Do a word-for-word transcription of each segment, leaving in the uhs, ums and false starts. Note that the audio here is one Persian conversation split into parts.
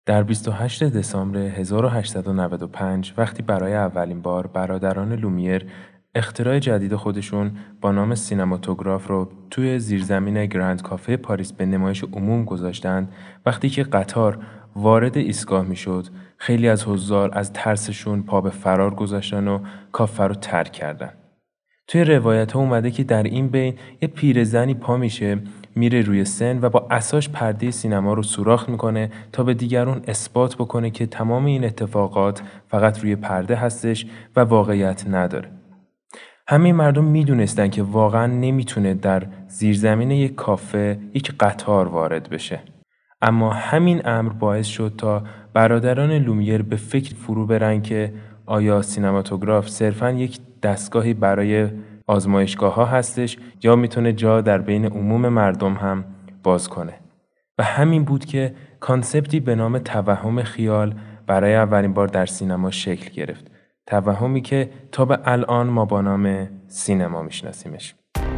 در بیست و هشتم دسامبر هزار و هشتصد و نود و پنج وقتی برای اولین بار برادران لومیر اختراع جدید خودشون با نام سینماتوگراف رو توی زیرزمین گرند کافه پاریس به نمایش عموم گذاشتند، وقتی که قطار وارد ایستگاه میشد، خیلی از حضار از ترسشون پا به فرار گذاشتن و کافه رو ترک کردن. توی روایت ها اومده که در این بین یه پیرزنی پا میشه، میره روی سن و با عصاش پرده سینما رو سوراخ میکنه تا به دیگران اثبات بکنه که تمام این اتفاقات فقط روی پرده هستش و واقعیت نداره. همه مردم میدونستن که واقعا نمیتونه در زیرزمین یک کافه یک قطار وارد بشه. اما همین امر باعث شد تا برادران لومیر به فکر فرو برن که آیا سینماتوگراف صرفاً یک دستگاهی برای آزمایشگاه ها هستش یا میتونه جا در بین عموم مردم هم باز کنه. و همین بود که کانسپتی به نام توهم خیال برای اولین بار در سینما شکل گرفت. توهمی که تا به الان ما با نام سینما میشناسیمش.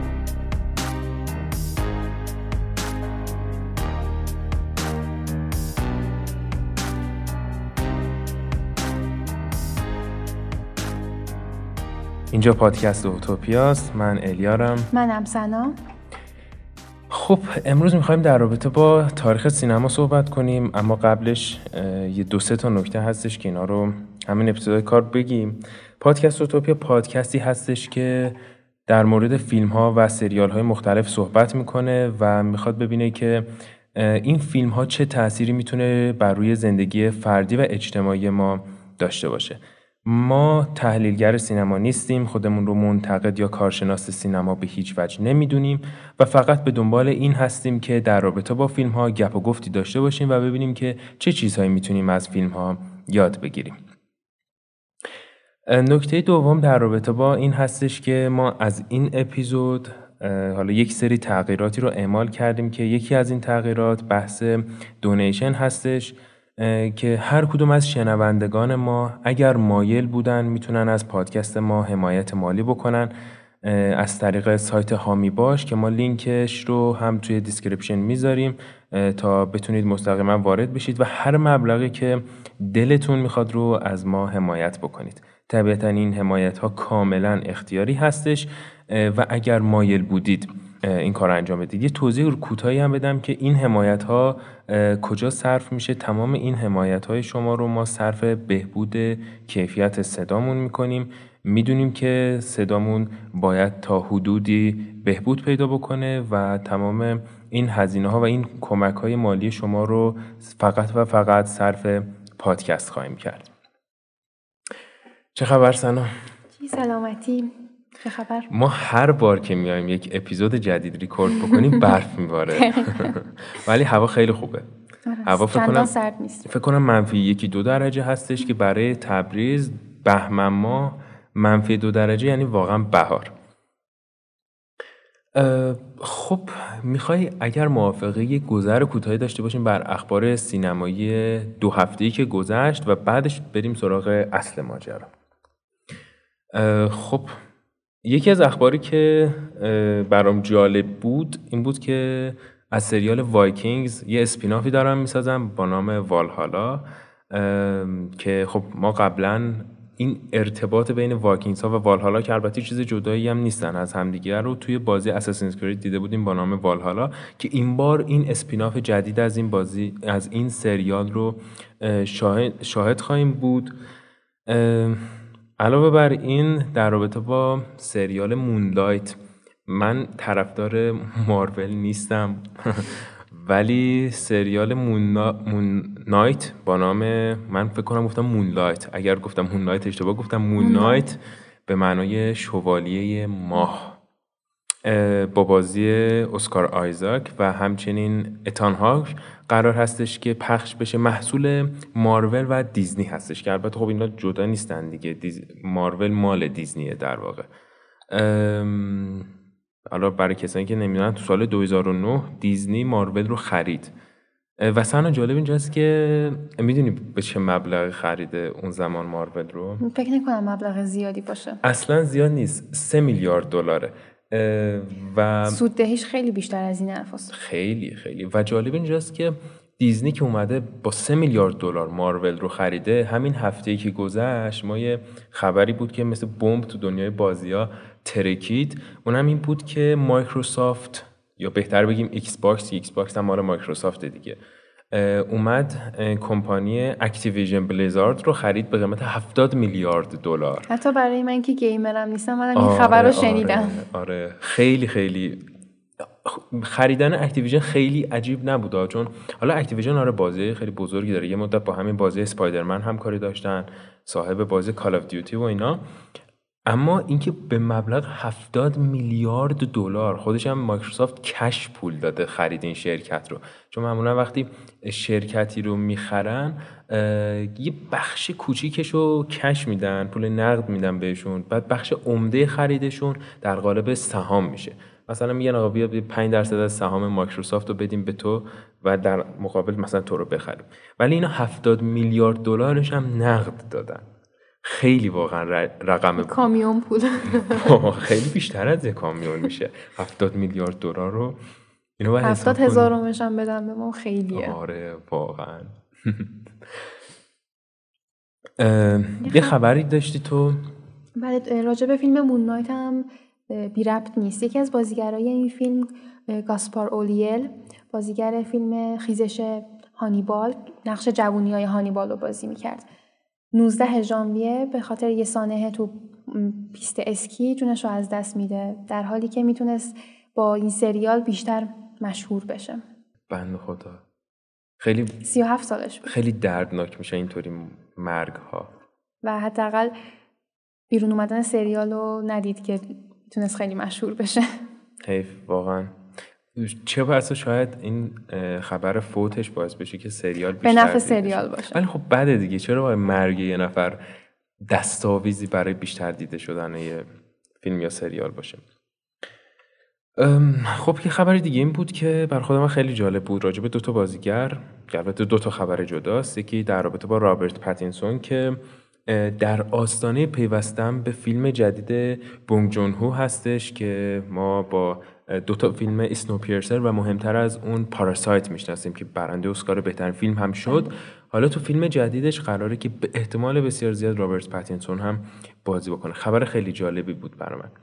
اینجا پادکست اوتوپیاست. من الیارم. منم سنا. خب امروز میخوایم در رابطه با تاریخ سینما صحبت کنیم، اما قبلش یه دو سه تا نکته هستش که اینا رو همین ابتدای کار بگیم. پادکست اوتوپیا پادکستی هستش که در مورد فیلم ها و سریال های مختلف صحبت میکنه و میخواد ببینه که این فیلم ها چه تأثیری میتونه بر روی زندگی فردی و اجتماعی ما داشته باشه. ما تحلیلگر سینما نیستیم، خودمون رو منتقد یا کارشناس سینما به هیچ وجه نمیدونیم و فقط به دنبال این هستیم که در رابطه با فیلم ها گپ و گفتی داشته باشیم و ببینیم که چه چیزهایی میتونیم از فیلم ها یاد بگیریم. نکته دوم در رابطه با این هستش که ما از این اپیزود حالا یک سری تغییراتی رو اعمال کردیم که یکی از این تغییرات بحث دونیشن هستش که هر کدوم از شنوندگان ما اگر مایل بودن میتونن از پادکست ما حمایت مالی بکنن از طریق سایت هامی باش که ما لینکش رو هم توی دیسکریپشن میذاریم تا بتونید مستقیما وارد بشید و هر مبلغی که دلتون میخواد رو از ما حمایت بکنید. طبیعتا این حمایت ها کاملا اختیاری هستش و اگر مایل بودید این کار انجام بدید. یه توضیح کوتاهی هم بدم که این حمایت ها کجا صرف میشه. تمام این حمایت های شما رو ما صرف بهبود کیفیت صدامون میکنیم. میدونیم که صدامون باید تا حدودی بهبود پیدا بکنه و تمام این هزینه ها و این کمک های مالی شما رو فقط و فقط صرف پادکست خواهیم کرد. چه خبر سنا؟ چی سلامتی؟ چه خبر؟ ما هر بار که میایم یک اپیزود جدید ریکورد بکنیم برف میباره ولی هوا خیلی خوبه. هوا فکر کنم سرد نیست. فکر کنم منفی یکی دو درجه هستش که برای تبریز بهمن ماه منفی دو درجه یعنی واقعا بهار. خب میخوای اگر موافقه یک گذر کوتاهی داشته باشیم بر اخبار سینمایی دو هفته‌ای که گذشت و بعدش بریم سراغ اصل ماجرا. خب یکی از اخباری که برام جالب بود این بود که از سریال وایکینگز یه اسپینافی دارن میسازن با نام والهالا که خب ما قبلا این ارتباط بین وایکینگز ها و والهالا که البته چیز جدایی هم نیستن از همدیگه رو توی بازی اساسینز کرید دیده بودیم با نام والهالا که این بار این اسپیناف جدید از این بازی از این سریال رو شاهد, شاهد خواهیم بود. علاوه بر این در رابطه با سریال مونلایت من طرفدار مارول نیستم ولی سریال مون, مون نایت با نام من فکر کنم گفتم مونلایت اگر گفتم مونلایت اشتباه گفتم مون نایت به معنای شوالیه ماه با بازی اسکار آیزاک و همچنین اتان هاک قرار هستش که پخش بشه. محصول مارول و دیزنی هستش که البته خب اینا جدا نیستن دیگه. دیز... مارول مال دیزنیه در واقع. ام... حالا برای کسانی که نمیدونن تو سال دو هزار و نه دیزنی مارول رو خرید و سنا جالب اینجاست که میدونی به چه مبلغ خریده اون زمان مارول رو؟ فکر نکنم مبلغ زیادی باشه. اصلا زیاد نیست. سه میلیارد دلاره و سوددهیش خیلی بیشتر از این حرفاست. خیلی خیلی و جالب اینجاست که دیزنی که اومده با سه میلیارد دلار مارول رو خریده، همین هفته‌ای که گذشت ما یه خبری بود که مثل بمب تو دنیای بازی‌ها ترکید. اونم این بود که مایکروسافت، یا بهتر بگیم ایکس باکس، ایکس باکس هم مال مایکروسافت دیگه، اومد کمپانی اکتیویژن بلیزارد رو خرید به قیمت هفتاد میلیارد دلار. حتی برای من که گیمرم نیستم منم این خبر رو شنیدم. آره, آره خیلی خیلی خریدن اکتیویژن خیلی عجیب نبوده، چون حالا اکتیویژن آره بازی خیلی بزرگی داره، یه مدت با همین بازی اسپایدرمن همکاری داشتن، صاحب بازی کال اف دیوتی و اینا، اما اینکه به مبلغ هفتاد میلیارد دلار، خودش هم مایکروسافت کش پول داده خرید این شرکت رو، چون معمولا وقتی شرکتی رو میخرن یه بخش کوچیکش رو کش میدن، پول نقد میدن بهشون، بعد بخش عمده خریدشون در قالب سهام میشه. مثلا میگن آقا بیا پنج درصد از سهام مایکروسافت رو بدیم به تو و در مقابل مثلا تو رو بخریم، ولی اینا هفتاد میلیارد دلارش هم نقد دادن. خیلی واقعا رقم کامیون پول خیلی بیشتر از یک کامیون میشه. هفتاد میلیارد دلار رو اینو باید هفتاد هزارمش هم بدم به ما خیلیه. آره واقعا. یه خبری داشتی تو؟ بله، راجع به فیلم مون نایت هم بی ربط نیست. یکی از بازیگرای این فیلم گاسپار اولیل، بازیگر فیلم خیزش هانیبال، نقش جوونیای هانیبال رو بازی میکرد. نوزده ژانویه به خاطر یه سانحه تو پیست اسکی جونش رو از دست میده، در حالی که میتونست با این سریال بیشتر مشهور بشه. بنده خدا خیلی سی و هفت سالش بود. خیلی دردناک میشه اینطوری مرگ ها، و حداقل بیرون اومدن سریال رو ندید که میتونست خیلی مشهور بشه. حیف واقعا. چه بسا شاید این خبر فوتش باعث بشه که سریال بیشتر به نفع سریال باشه. ولی خب بده دیگه، چرا باید مرگ یه نفر دستاویزی برای بیشتر دیده شدن یه فیلم یا سریال باشه. خب یه خبر دیگه این بود که بر خود من خیلی جالب بود، راجع به دو تا بازیگر، البته دو تا خبر جداست. یکی در رابطه با رابرت پاتینسون که در آستانه پیوستن به فیلم جدید بونگ جون هو هستش که ما با دو تا فیلم اسنوپیرسر و مهمتر از اون پاراسایت میشناسیم که برنده اسکار بهترین فیلم هم شد. حالا تو فیلم جدیدش قراره که به احتمال بسیار زیاد رابرت پاتینسون هم بازی بکنه. خبر خیلی جالبی بود برای من.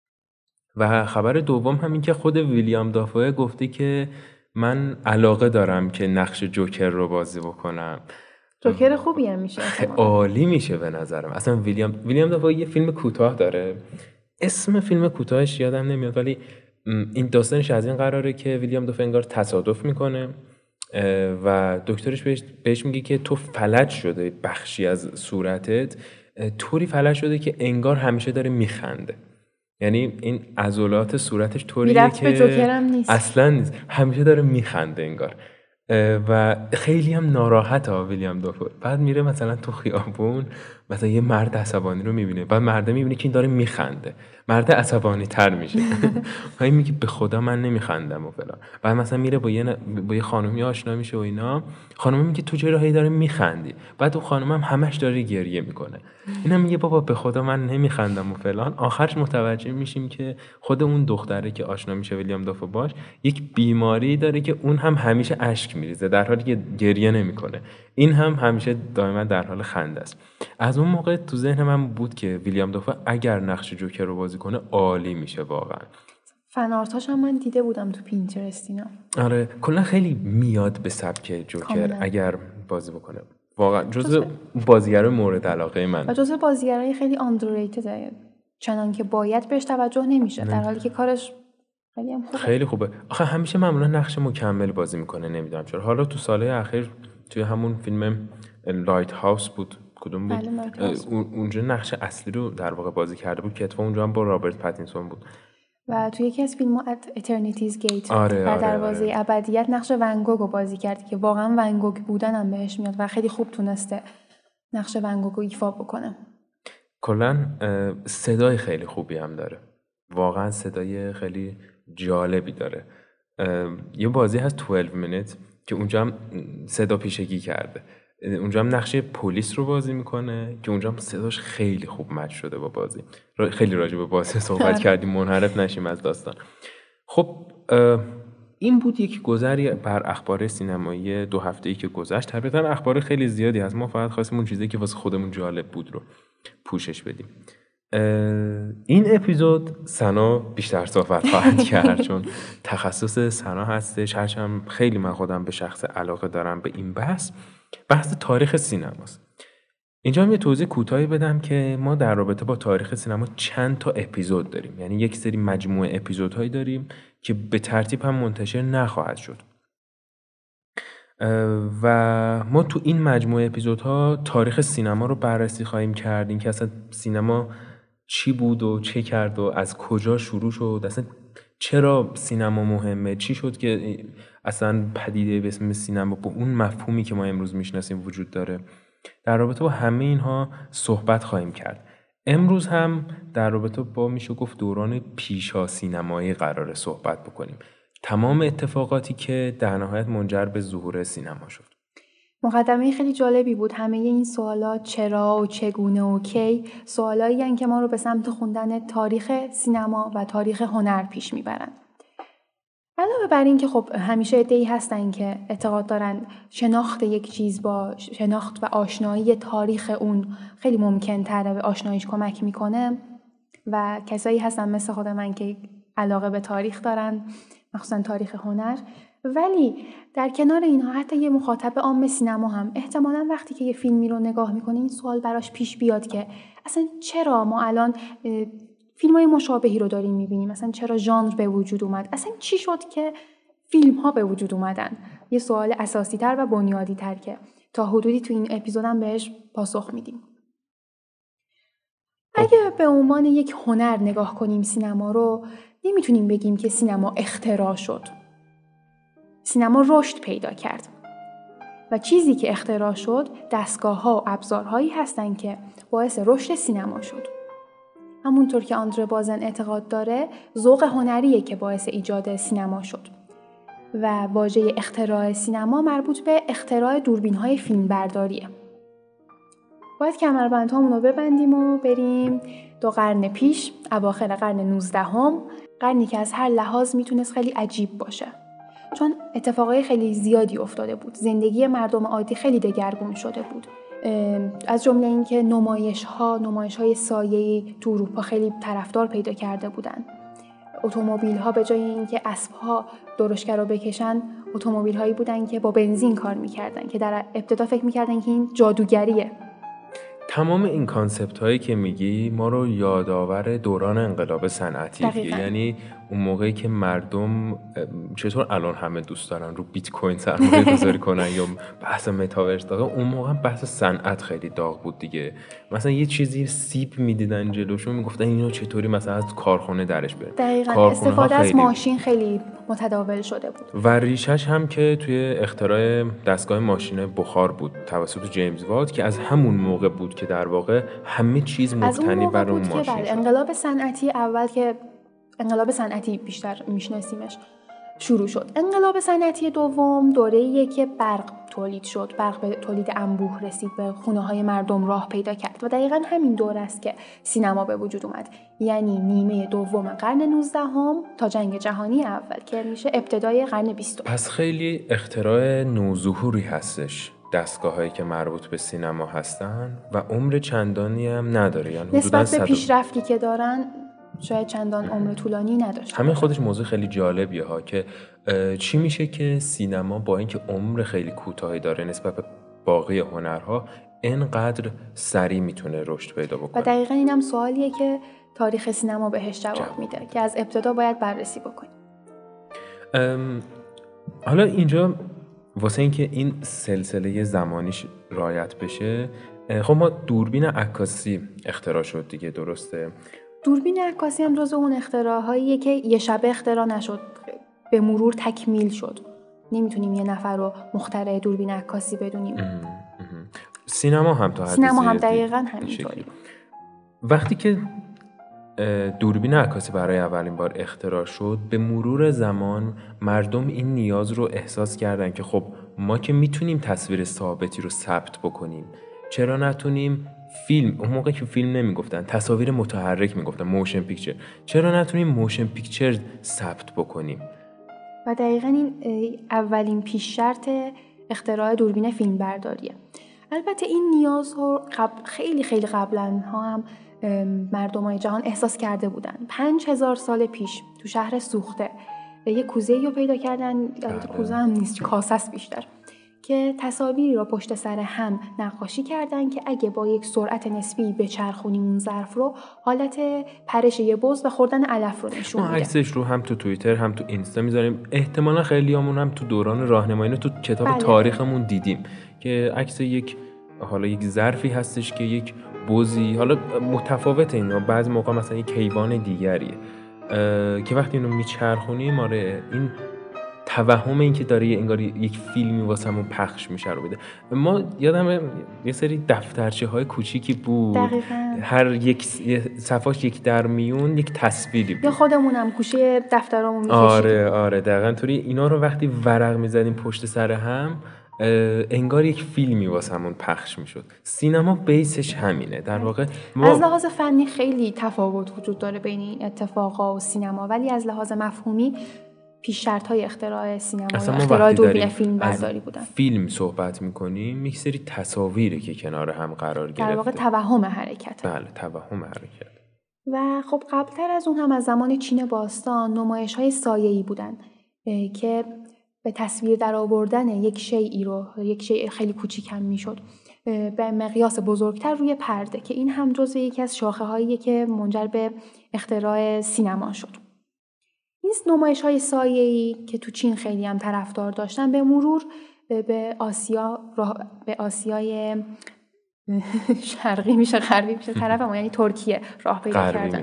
و خبر دوم هم این که خود ویلیام دافوه گفته که من علاقه دارم که نقش جوکر رو بازی بکنم. جوکر خوبی هم میشه، عالی میشه به نظرم. اصلا ویلیام ویلیام دافوه یه فیلم کوتاه داره، اسم فیلم کوتاهش یادم نمیاد، ولی این داستانش از این قراره که ویلیام دافوه انگار تصادف میکنه و دکترش بهش, بهش میگه که تو فلج شده، بخشی از صورتت طوری فلج شده که انگار همیشه داره میخنده. یعنی این عضلات صورتش طوریه که نیست. اصلا نیست، همیشه داره میخنده انگار. و خیلی هم ناراحته ویلیام دافو. بعد میره مثلا تو خیابون، مثلا یه مرد عصبانی رو میبینه، بعد مرد میبینه که این داره میخنده، مرد عصبانی تر میشه. و میگه به خدا من نمیخندم و فلان. بعد مثلا میره با یه ن... با یه خانومی آشنا میشه و اینا، خانومی میگه تو چرا هی داره میخندی؟ بعد اون خانم هم همش داره گریه میکنه. اینا میگه بابا به خدا من نمیخندم و فلان. آخرش متوجه میشیم که خود اون دختره که آشنا میشه ویلیام دافو باش یک بیماری داره که اون هم همیشه اشک میریزه در حالی که گریه نمیکنه، این هم همیشه دائما در حال خنده است. از اون موقع تو ذهن من بود که ویلیام دافو اگر نقش جوکر رو بازی کنه عالی میشه واقعا. فن آرتاش هم من دیده بودم تو پینترست اینا. آره کلا خیلی میاد به سبک جوکر کاملا. اگر بازی بکنه واقعا جزء بازیگرای مورد علاقه من و جزء بازیگرای خیلی آندرریتد، چنان که باید بهش توجه نمیشه نه. در حالی که کارش خیلی هم خوبه. خیلی خوبه. آخه همیشه معمولا نقش مکمل بازی میکنه، نمیدونم چرا. حالا تو سالهای اخیر توی همون فیلم لایت هاوس بود، کدوم بود؟ بله اونجا نقش اصلی رو در واقع بازی کرده بود که اتفاقا اونجا هم با رابرت پاتینسون بود. و توی یکی از فیلم‌ها اترنیتیز گیت آره، و آره، دروازه آره. ابدیت نقش ونگوگ رو بازی کرد که واقعا ونگوگ بودن هم بهش میاد و خیلی خوب تونسته نقش ونگوگ رو ایفا بکنه. کلا صدای خیلی خوبی هم داره، واقعا صدای خیلی جالبی داره. یه بازی هست دوازده مینیت که اونجا هم صدا پیشگی کرده، اونجا هم نقش پلیس رو بازی میکنه که اونجا هم صداش خیلی خوب مچ شده با بازی. خیلی راجع به بازی صحبت کردیم، منحرف نشیم از داستان. خب این بود یک گذری بر اخبار سینمایی دو هفته‌ای که گذشت. طبعاً اخبار خیلی زیادی هست، ما فقط خواستیم اون چیزی که واسه خودمون جالب بود رو پوشش بدیم. این اپیزود سنا بیشتر صحبت خواهد کرد چون تخصص سنا هستش، هرچند خیلی من خودم به شخص علاقه دارم به این بحث. بحث تاریخ سینماست. اینجا هم یه توضیح کوتاهی بدم که ما در رابطه با تاریخ سینما چند تا اپیزود داریم، یعنی یک سری مجموعه اپیزودهایی داریم که به ترتیب هم منتشر نخواهد شد و ما تو این مجموعه اپیزودها تاریخ سینما رو بررسی خواهیم کرد، این که اصلا سینما چی بود و چه کرد و از کجا شروع شد، اصلا چرا سینما مهمه، چی شد که اصلا پدیده به اسم سینما با اون مفهومی که ما امروز میشناسیم وجود داره. در رابطه با همه اینها صحبت خواهیم کرد. امروز هم در رابطه با میشه گفت دوران پیشا سینمایی قراره صحبت بکنیم، تمام اتفاقاتی که در نهایت منجر به ظهور سینما شد. مقدمه خیلی جالبی بود. همه این سوالات چرا و چگونه و کی سوالایی هستند که ما رو به سمت خوندن تاریخ سینما و تاریخ هنر پیش میبرن. علاوه بر این که خب همیشه عده‌ای هستن که اعتقاد دارن شناخت یک چیز با شناخت و آشنایی تاریخ اون خیلی ممکن تره به آشناییش کمک میکنه و کسایی هستن مثل خود من که علاقه به تاریخ دارن، مخصوصا تاریخ هنر. ولی در کنار اینها حتی یه مخاطب عام سینما هم احتمالاً وقتی که یه فیلمی رو نگاه میکنه این سوال براش پیش بیاد که اصلا چرا ما الان فیلم‌های مشابهی رو داریم می‌بینیم، مثلا چرا ژانر به وجود اومد، اصلا چی شد که فیلم‌ها به وجود اومدن. یه سوال اساسی‌تر و بنیادی‌تر که تا حدودی تو این اپیزودم بهش پاسخ میدیم. اگه به عنوان یک هنر نگاه کنیم سینما رو، نمیتونیم بگیم که سینما اختراع شد. سینما رشد پیدا کرد و چیزی که اختراع شد دستگاه‌ها و ابزارهایی هستن که باعث رشد سینما شد. همونطور که آندره بازن اعتقاد داره ذوق هنریه که باعث ایجاد سینما شد و واژه اختراع سینما مربوط به اختراع دوربین‌های فیلمبرداریه. باید کمربندهامون رو ببندیم و بریم دو قرن پیش، اواخر قرن نوزدهم، قرنی که از هر لحاظ میتونست خیلی عجیب باشه چون اتفاقای خیلی زیادی افتاده بود. زندگی مردم عادی خیلی دگرگون شده بود، از جمله اینکه نمایش‌ها، نمایش‌های سایه‌ای تو اروپا خیلی طرفدار پیدا کرده بودن. اتومبیل‌ها به جای اینکه اسب‌ها درشکه رو بکشن، اتومبیل‌هایی بودن که با بنزین کار می‌کردن که در ابتدا فکر می‌کردن که این جادوگریه. تمام این کانسپت هایی که میگی ما رو یادآور دوران انقلاب صنعتی میگه، یعنی اون موقعی که مردم چطور الان همه دوست دارن رو بیت کوین سرمایه گذاری کنن یا بحث متاورس داغه، اون موقع بحث صنعت خیلی داغ بود دیگه. مثلا یه چیزی سیب میدیدن جلوشون میگفتن اینو چطوری مثلا از کارخونه درش بیارن. دقیقاً استفاده از ماشین خیلی متداول شده بود و ریشش هم که توی اختراع دستگاه ماشین بخار بود توسط جیمز وات که از همون موقع بود که در واقع همه چیز مبتنی بر اون ماشین شد. انقلاب صنعتی اول که انقلاب صنعتی بیشتر میشناسیمش شروع شد. انقلاب صنعتی دوم دوره‌ایه که برق تولید شد، برق به تولید انبوه رسید، به خونه‌های مردم راه پیدا کرد و دقیقاً همین دوره است که سینما به وجود اومد، یعنی نیمه دوم قرن نوزدهم تا جنگ جهانی اول که میشه ابتدای قرن بیستم. پس خیلی اختراع نوظهوری هستش دستگاه‌هایی که مربوط به سینما هستن و عمر چندانی هم نداره، یعنی نسبت به پیشرفتی که دارن شاید چندان عمر طولانی نداشته. همین خودش موضوع خیلی جالبیه ها که چی میشه که سینما با اینکه عمر خیلی کوتاهی داره نسبت به باقی هنرها اینقدر سریع میتونه رشد پیدا بکنه. و دقیقاً اینم سوالیه که تاریخ سینما بهش جواب, جواب میده که از ابتدا باید بررسی بکنیم. حالا اینجا واسه اینکه این سلسله زمانیش رعایت بشه، خب ما دوربین عکاسی اختراع شد دیگه، درسته؟ دوربین عکاسی هم جزو اون اختراع‌هاییه که یه شبه اختراع نشد، به مرور تکمیل شد. نمیتونیم یه نفر رو مخترع دوربین عکاسی بدونیم. ام ام. سینما هم تا حد سینما هم دقیقاً همینطوری. وقتی که دوربین عکاسی برای اولین بار اختراع شد، به مرور زمان مردم این نیاز رو احساس کردن که خب ما که میتونیم تصویر ثابتی رو ثبت بکنیم، چرا نتونیم فیلم، اون موقع که فیلم نمیگفتن تصاویر متحرک میگفتن، موشن پیکچر، چرا نتونیم موشن پیکچر ثبت بکنیم؟ و دقیقاً این اولین پیش شرط اختراع دوربین فیلمبرداریه. البته این نیازها قبل خیلی خیلی قبلاً ها هم مردمای جهان احساس کرده بودن. پنج هزار سال پیش تو شهر سوخته یه کوزه‌ای رو پیدا کردن، البته کوزه هم نیست، کاسه است بیشتر، که تصاویری رو پشت سر هم نقاشی کردن که اگه با یک سرعت نسبی بچرخونیم اون ظرف رو، حالت پرش یه بز و خوردن علف رو نشون میده. ما عکسش رو هم تو توییتر هم تو اینستا میذاریم. احتمالاً خیلیامون هم تو دوران راهنمایی تو کتاب بله. تاریخمون دیدیم که عکس یک حالا یک ظرفی هستش که یک بزی، حالا متفاوت اینا، بعضی موقع مثلا یک حیوان دیگریه که وقتی اینو میچرخونیم آره این توهم این که داره انگار یک فیلمی واسمون پخش میشه رو بده. ما یادمه یه سری دفترچه های کوچیکی بود دقیقاً. هر یک صفحاش یک در میون یک تصویری بود. یا خودمونم گوشه دفترامون میکشید. آره آره دقیقاً طوری. اینا رو وقتی ورق میزدیم پشت سر هم انگار یک فیلمی واسمون پخش میشد. سینما بیسش همینه در واقع. ما... از لحاظ فنی خیلی تفاوت وجود داره بین این اتفاقا و سینما، ولی از لحاظ مفهومی پیش شرط‌های اختراع سینما یا اختراع دوربین فیلم برداری بودن. فیلم صحبت می‌کنیم، یک سری تصاویری که کنار هم قرار گرفته. در واقع توهم حرکت. بله، توهم حرکت. و خب قبلتر از اون هم از زمان چین باستان نمایش‌های سایه‌ای بودن که به تصویر در آوردن یک شیئی رو، یک شیء خیلی کوچیک هم میشد، به مقیاس بزرگتر روی پرده، که این هم جزو یکی از شاخه‌هایی که منجر به اختراع سینما شد. این نمایش‌های سایه‌ای که تو چین خیلی هم طرفدار داشتن به مرور به آسیا راه به آسیای شرقی میشه غربی میشه طرف ما، یعنی ترکیه راه پیدا کردن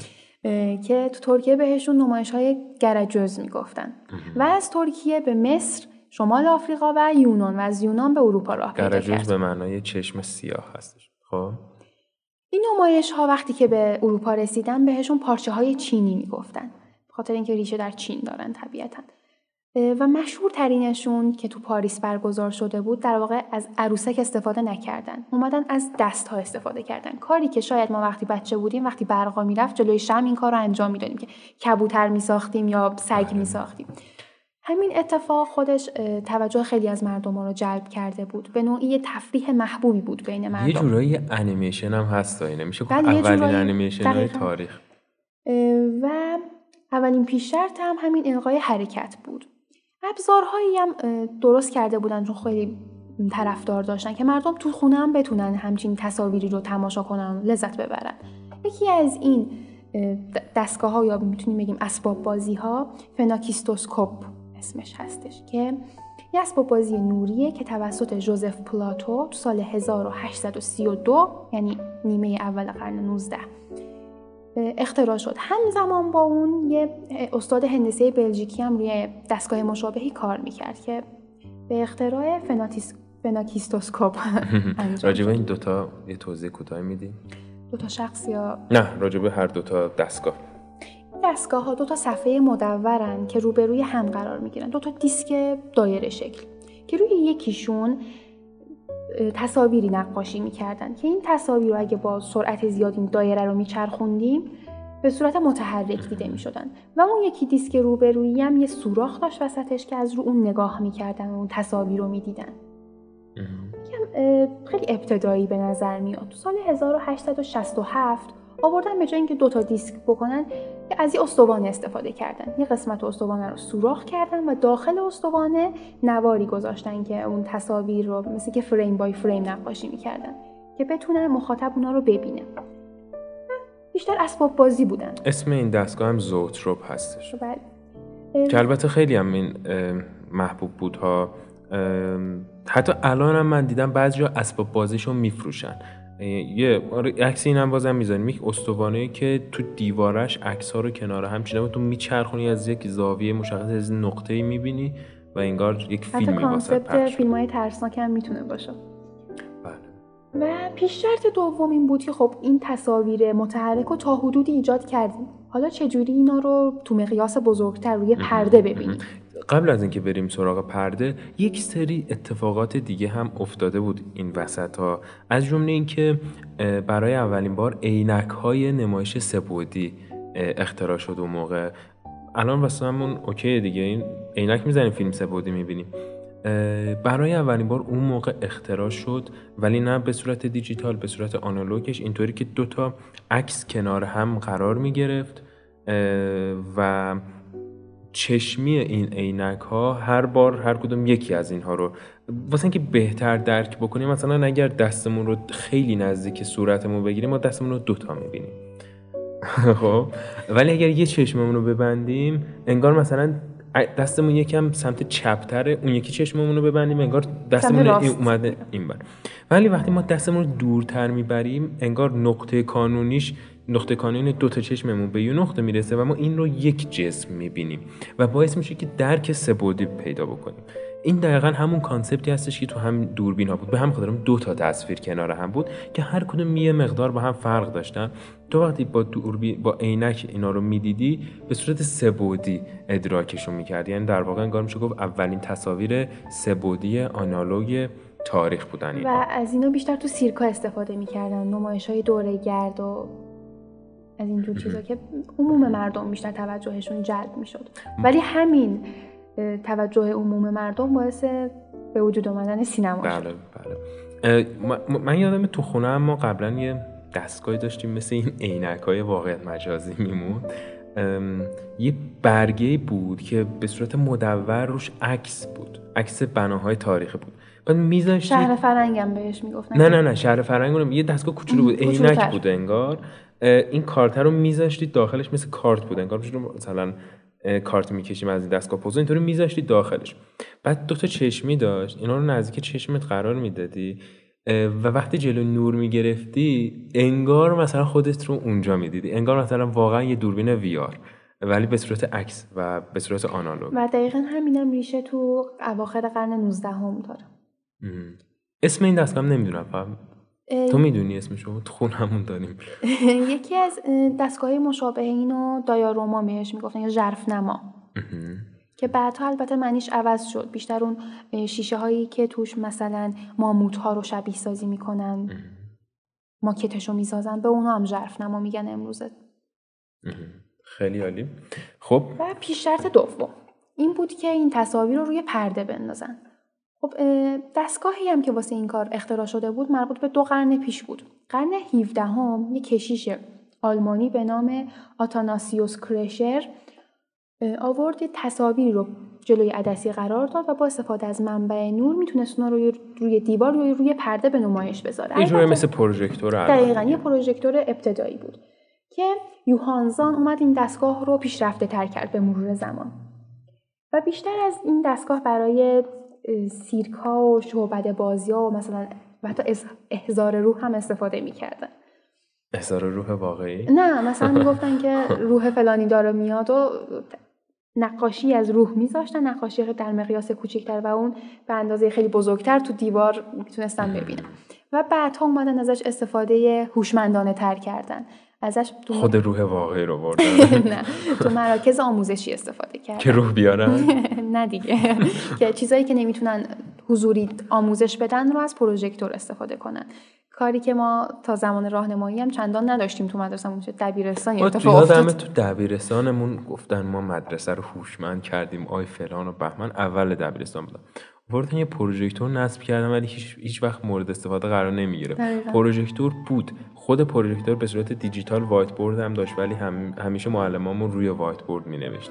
که تو ترکیه بهشون نمایش‌های گرجوز میگفتن و از ترکیه به مصر، شمال آفریقا و یونان و از یونان به اروپا راه پیدا کردن. گرجوز به معنای چشم سیاه هستش. خب این نمایش‌ها وقتی که به اروپا رسیدن بهشون پارچه‌های چینی میگفتن، خاطر اینکه ریشه در چین دارن طبیعتاً. و مشهور ترینشون که تو پاریس برگزار شده بود در واقع از عروسک استفاده نکردن، اومدن از دست ها استفاده کردن، کاری که شاید ما وقتی بچه بودیم وقتی برقا میرفت جلوی شمع این کار رو انجام میدادیم که کبوتر میساختیم یا سگ میساختیم. همین اتفاق خودش توجه خیلی از مردم رو جلب کرده بود، به نوعی تفریح محبوبی بود بین مردم. یه جورایی انیمیشن هم هست، اینه میشه گفت اولین انیمیشن های تاریخ. و اولین پیش شرط هم همین القای حرکت بود. ابزارهایی هم درست کرده بودن چون خیلی طرفدار داشتن که مردم تو خونه هم بتونن همچین تصاویری رو تماشا کنن، لذت ببرن. یکی از این دستگاه ها یا میتونیم بگیم اسباب بازی ها فناکیستوسکوپ اسمش هستش که یه اسباب بازی نوریه که توسط جوزف پلاتو تو سال هزار و هشتصد و سی و دو یعنی نیمه اول قرن نوزدهم اختراع شد. همزمان با اون یه استاد هندسه بلژیکی هم روی دستگاه مشابهی کار میکرد که به اختراع فناتیس... فناکیستوسکوپ انجام راجبه این دوتا یه توضیح کوتاه میدی؟ دوتا شخص یا نه راجبه هر دوتا دستگاه. دستگاه ها دوتا صفحه مدورن که روبروی هم قرار میگیرن، دوتا دیسک دایره شکل که روی یکیشون تصاویری نقاشی میکردن که این تصاویر رو اگه با سرعت زیاد این دایره رو میچرخوندیم به صورت متحرک دیده میشدن و اون یکی دیسک روبرویی هم یه سوراخ داشت وسطش که از رو اون نگاه میکردن و اون تصاویر رو میدیدن. خیلی ابتدایی به نظر میاد. تو سال هزار و هشتصد و شصت و هفت آوردن به جای اینکه دوتا دیسک بکنن که از یه استوانه استفاده کردن. یه قسمت استوانه رو سوراخ کردن و داخل استوانه نواری گذاشتن که اون تصاویر رو مثل که فریم بای فریم نقاشی میکردن که بتونن مخاطب اونا رو ببینه. بیشتر اسباب بازی بودن. اسم این دستگاه هم زوتروپ هستش. بله. که البته خیلی هم این محبوب بود ها. حتی الان هم من دیدم بعضی ها اسباب بازیشو میفروشن. یه عکس اینم بازم میذاریم، یک استوانه‌ای که تو دیوارش عکس‌ها رو کنار هم چیدن، تو میچرخونی از یک زاویه مشخص از نقطه‌ای میبینی و انگار یک فیلمی واسه پخش. کانسپت فیلم‌های ترسناک هم میتونه باشه. بله. و پیش شرط دوم این بود که خب این تصاویر متحرک رو تا حدودی ایجاد کردیم. حالا چجوری اینا رو تو مقیاس بزرگتر روی پرده ببینیم؟ قبل از اینکه بریم سراغ پرده، یک سری اتفاقات دیگه هم افتاده بود این وسط‌ها، از جمله اینکه برای اولین بار عینک‌های نمایش سه‌بعدی اختراع شد. اون موقع الان واسه همون اوکی دیگه، این عینک میزنیم فیلم سه‌بعدی میبینیم. برای اولین بار اون موقع اختراع شد، ولی نه به صورت دیجیتال، به صورت آنالوگش، اینطوری که دوتا عکس کنار هم قرار میگرفت و چشمی این عینک ها هر بار هر کدوم یکی از اینها رو واسه اینکه بهتر درک بکنیم، مثلا اگر دستمون رو خیلی نزدیک صورتمون بگیریم ما دستمون رو دوتا میبینیم. خب ولی اگر یه چشممون رو ببندیم انگار مثلا دستمون یکم سمت چپتره، اون یکی چشممون رو ببندیم انگار دستمون اومده این بر. ولی وقتی ما دستمون رو دورتر میبریم انگار نقطه کانونیش نقطه کانونی دو تا چشممون به یه نقطه میرسه و ما این رو یک جسم میبینیم و باعث میشه که درک سه‌بعدی پیدا بکنیم. این دقیقاً همون کانسپتی هستش که تو هم دوربین ها بود، به هم خاطر دو تا تصویر کنار هم بود که هر کدوم یه مقدار با هم فرق داشتن. تو وقتی با دوربین با عینک اینا رو میدیدی به صورت سه‌بعدی ادراکشون میکردی، یعنی در واقع انگار میشه گفت اولین تصاویر سه‌بعدی آنالوگ تاریخ بودن این. و از اینا بیشتر تو سیرکا استفاده میکردن، نمایش‌های دوره گرد و از اینجور چیزا که عموم مردم بیشتر توجهشون جلب میشد. ولی همین توجه عموم مردم باعث به وجود آمدن سینما شد. بله بله. من یادم تو خونه ما قبلا یه دستگاهی داشتیم مثل این عینک‌های واقعیت مجازی میمون، یه برگه بود که به صورت مدور روش عکس بود، عکس بناهای تاریخی بود. بعد میذاشتی شهر فرنگم بهش میگفتن. نه نه نه شهر فرنگ یه دستگاه کوچولو بود، عینک بود انگار. این کارت رو میذاشتی داخلش، مثل کارت بود انگار، مثلا کارت میکشیم از این دستگاه پوزو، اینطوری میذاشتی داخلش. بعد دو تا چشمی داشت، اینا رو نزدیک چشمت قرار میدادی و وقتی جلو نور میگرفتی انگار مثلا خودت رو اونجا میدیدی، انگار مثلا واقعا یه دوربین وی آر ولی به صورت عکس و به صورت آنالوگ. و دقیقاً همینم ریشه تو اواخر قرن نوزدهم داره. اسم این دستگاه هم نمیدونم، فهم تو میدونی اسمشو؟ تو خونمون داریم. یکی از دستگاه‌های مشابه اینو دایاروما بهش میگفتن یا ژرفنما که بعدها البته معنیش عوض شد، بیشتر اون شیشه هایی که توش مثلا ماموت ها رو شبیه سازی میکنن، ماکتشو میسازن، به اونا هم ژرفنما میگن امروزه. خیلی عالی. خب و پیش شرط دوم این بود که این تصاویر رو روی پرده بندازن. خب دستگاهی هم که واسه این کار اختراع شده بود مربوط به دو قرن پیش بود. قرن هفدهم یک کشیش آلمانی به نام آتاناسیوس کرشر آورد تصاویری رو جلوی عدسی قرار داد و با استفاده از منبع نور میتونست اونا رو روی دیوار یا روی پرده به نمایش بذاره. یه جوری مثل پروژکتور. دقیقاً یه پروژکتور ابتدایی بود که یوهانزان اومد این دستگاه رو پیشرفته تر کرد به مرور زمان و بیشتر از این دستگاه برای سیرک‌ها و شعبده بازی‌ها و مثلا حتی احضار روح هم استفاده می‌کردن. احضار روح واقعی؟ نه، مثلا میگفتن که روح فلانی داره میاد و نقاشی از روح میذاشتن، نقاشی در مقیاس کوچکتر و اون به اندازه خیلی بزرگتر تو دیوار میتونستن ببینن و بعدها اومدن ازش استفاده هوشمندانه تر کردن. ازش تو خود روح واقعی رو بردن. نه، تو مراکز آموزشی استفاده کردن که روح بیارن. نه دیگه، که چیزایی که نمیتونن حضوری آموزش بدن رو از پروژکتور استفاده کنن. کاری که ما تا زمان راهنمایی هم چندان نداشتیم تو مدرسه‌مون، چه دبیرستانی اتفاق افتاد. تو دبیرستانمون گفتن ما مدرسه رو هوشمند کردیم، آی فلان و بهمن، اول دبیرستان بودم. وردن یه پروژکتور نصب کردم ولی هیچ هیچ وقت مورد استفاده قرار نمیگرفت. پروژکتور بود، خود پروژکتور به صورت دیجیتال وایت بورد هم داشت ولی هم همیشه معلمامون روی وایت بورد مینوشتن.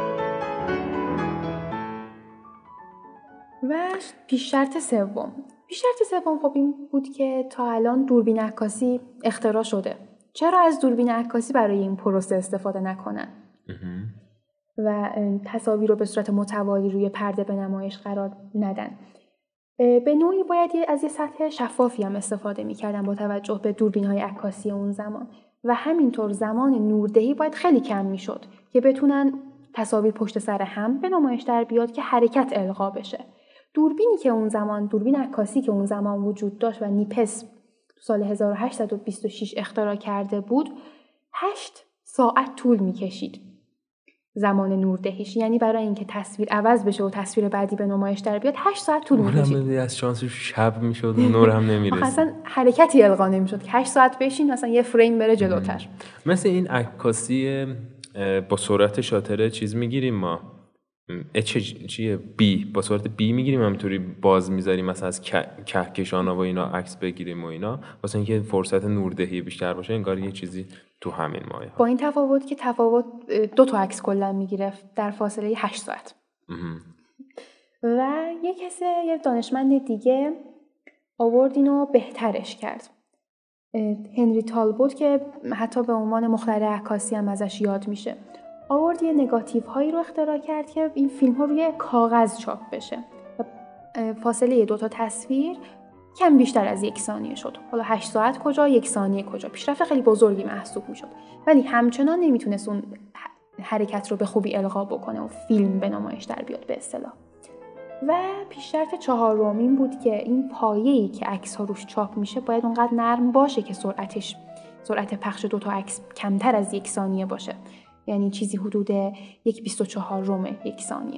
و پیش شرط سوم شرط سوم خب این بود که تا الان دوربین عکاسی اختراع شده، چرا از دوربین عکاسی برای این پروسه استفاده نکنن و تصاویر رو به صورت متوالی روی پرده به نمایش قرار ندن. به نوعی باید از یه سطح شفافی هم استفاده می‌کردن با توجه به دوربین‌های عکاسی اون زمان و همینطور زمان نوردهی باید خیلی کم میشد که بتونن تصاویر پشت سر هم به نمایش در بیاد که حرکت القا بشه. دوربینی که اون زمان دوربین عکاسی که اون زمان وجود داشت و نیپس سال هزار و هشتصد و بیست و شش اختراع کرده بود، هشت ساعت طول می‌کشید زمان نوردهیش، یعنی برای اینکه تصویر عوض بشه و تصویر بعدی به نمایش در بیاد هشت ساعت طول می‌کشید. اونم از شانسش شب میشد و نور هم نمیرسید. اصلا حرکتی القا نمیشد که هشت ساعت بشین مثلا یه فریم بره جلوتر. مثل این عکاسی با سرعت شاتر چیز میگیریم ما اچ چیه بی با سرعت بی میگیریم، همینطوری باز میذاریم مثلا از کهکشانا و اینا عکس بگیریم و اینا واسه اینکه فرصت نوردهی بیشتر باشه. انگار یه چیزی تو همین مایه، با این تفاوت که تفاوت دو تا عکس کلا میگیره در فاصله هشت ساعت. و یه کسی یه دانشمند دیگه آورد اینو بهترش کرد، هنری تالبوت که حتی به عنوان مخترع عکاسی هم ازش یاد میشه. آورد یه نگاتیو هایی رو اختراع کرد که این فیلم ها روی کاغذ چاپ بشه و فاصله دو تا تصویر کم بیشتر از یک ثانیه شد. حالا هشت ساعت کجا، یک ثانیه کجا، پیشرفت خیلی بزرگی محسوب میشد، ولی همچنان نمیتونست اون حرکت رو به خوبی القا بکنه و فیلم به نمایش در بیاد به اصطلاح. و پیشرفت چهارم این بود که این پایه‌ای که عکس ها روش چاپ میشه باید اونقدر نرم باشه که سرعتش سرعت پخش دو تا عکس کمتر از یک ثانیه باشه، یعنی چیزی حدود یک بیست و چهارم یک ثانیه.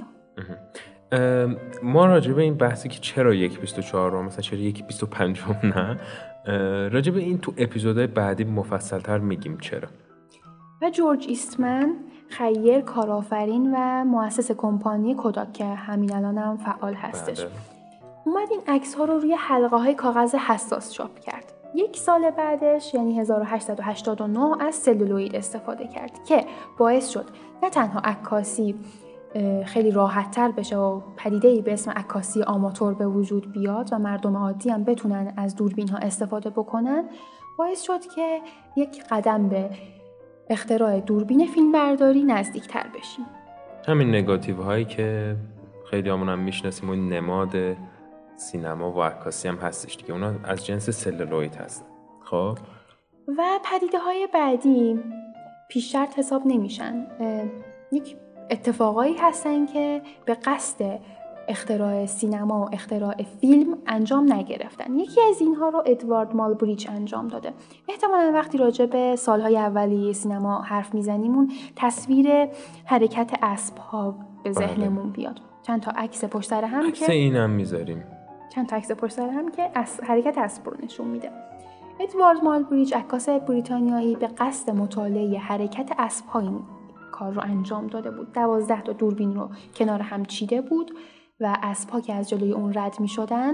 ما راجع به این بحثی که چرا یک بیست و چهارم مثلا چرا یک بیست و پنجم نه، راجع به این تو اپیزودهای بعدی مفصل‌تر میگیم چرا. و جورج ایستمن خیر، کارآفرین و مؤسس کمپانی کوداک که همین الان هم فعال هستش، بله. اومد این عکس‌ها رو روی حلقه‌های کاغذ حساس چاپ کرد. یک سال بعدش یعنی هزار و هشتصد و هشتاد و نه از سلولوئید استفاده کرد که باعث شد نه تنها عکاسی خیلی راحت‌تر بشه و پدیده‌ای به اسم عکاسی آماتور به وجود بیاد و مردم عادی هم بتونن از دوربین‌ها استفاده بکنن، باعث شد که یک قدم به اختراع دوربین فیلمبرداری نزدیک‌تر بشیم. همین نگاتیو هایی که خیلی همون هم میشناسیم و نماد سینما و عکاسی هم هستش دیگه، اونا از جنس سلولوئید هستن. خب و پدیده های بعدی پیش شرط حساب نمیشن، یک اتفاقایی هستن که به قصد اختراع سینما و اختراع فیلم انجام نگرفتن. یکی از اینها رو ادوارد مالبریچ انجام داده. احتمالاً وقتی راجع به سالهای اولیه سینما حرف میزنیمون تصویر حرکت اسب‌ها به ذهنمون بیاد. چند تا عکس پشت سر هم عکس که اینم میذاریم. چند تا عکس پشت سر هم که اس... حرکت اسب رو نشون میده. ادوارد مالبریچ عکاس بریتانیایی به قصد مطالعه حرکت اسب‌ها این کار رو انجام داده بود. دوازده تا دوربین رو کنار هم چیده بود و اسب‌ها که از جلوی اون رد می‌شدن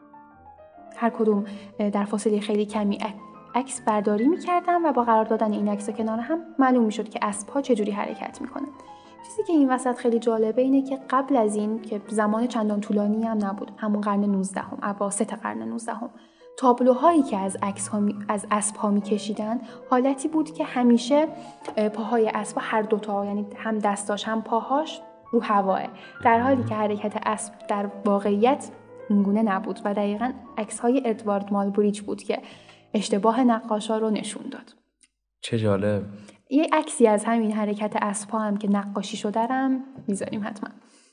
هر کدوم در فاصله خیلی کمی عکس برداری می‌کردن و با قرار دادن این عکس‌ها کنار هم معلوم می‌شد که اسب‌ها چجوری حرکت می‌کنن. چیزی که این وسط خیلی جالبه اینه که قبل از این که زمان چندان طولانی هم نبود، همون قرن نوزدهم، اواسط قرن نوزدهم، تابلوهایی که از عکس‌ها می... از اسب‌ها می‌کشیدن حالتی بود که همیشه پاهای اسب‌ها هر دو تا، یعنی هم دستاش هم پاهاش رو هواه، در حالی که حرکت اسب در واقعیت اینگونه نبود و دقیقاً عکس‌های ادوارد مالبریچ بود که اشتباه نقاشا رو نشون داد. چه جالب. یه عکسی از همین حرکت اسب‌ها هم که نقاشی شده رو می‌ذاریم حتما.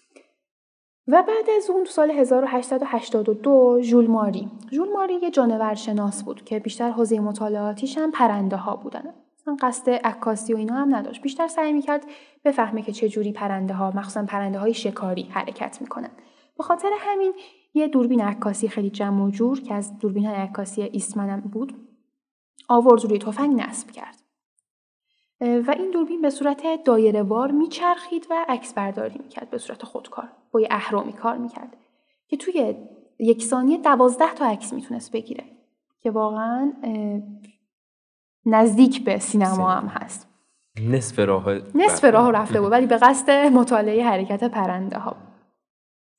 و بعد از اون تو سال هزار و هشتصد و هشتاد و دو ژول ماری. ژول ماری یه جانورشناس بود که بیشتر حوزه مطالعاتیش هم پرنده‌ها بودن. اصلا قصد عکاسی و اینا هم نداشت. بیشتر سعی می‌کرد بفهمه که چه جوری پرنده‌ها، مخصوصاً پرنده‌های شکاری حرکت می‌کنن. به خاطر همین یه دوربین عکاسی خیلی جمع و جور که از دوربین‌های عکاسی ایستمن بود، آورد روی تفنگ نصب کرد. و این دوربین به صورت دایره‌وار میچرخید و عکس برداری میکرد به صورت خودکار، با یه اهرامی کار میکرد که توی یک ثانیه دوازده تا عکس میتونست بگیره که واقعا نزدیک به سینما هم هست. نصف راه نصف راه رفته بود ولی به قصد مطالعه حرکت پرنده ها.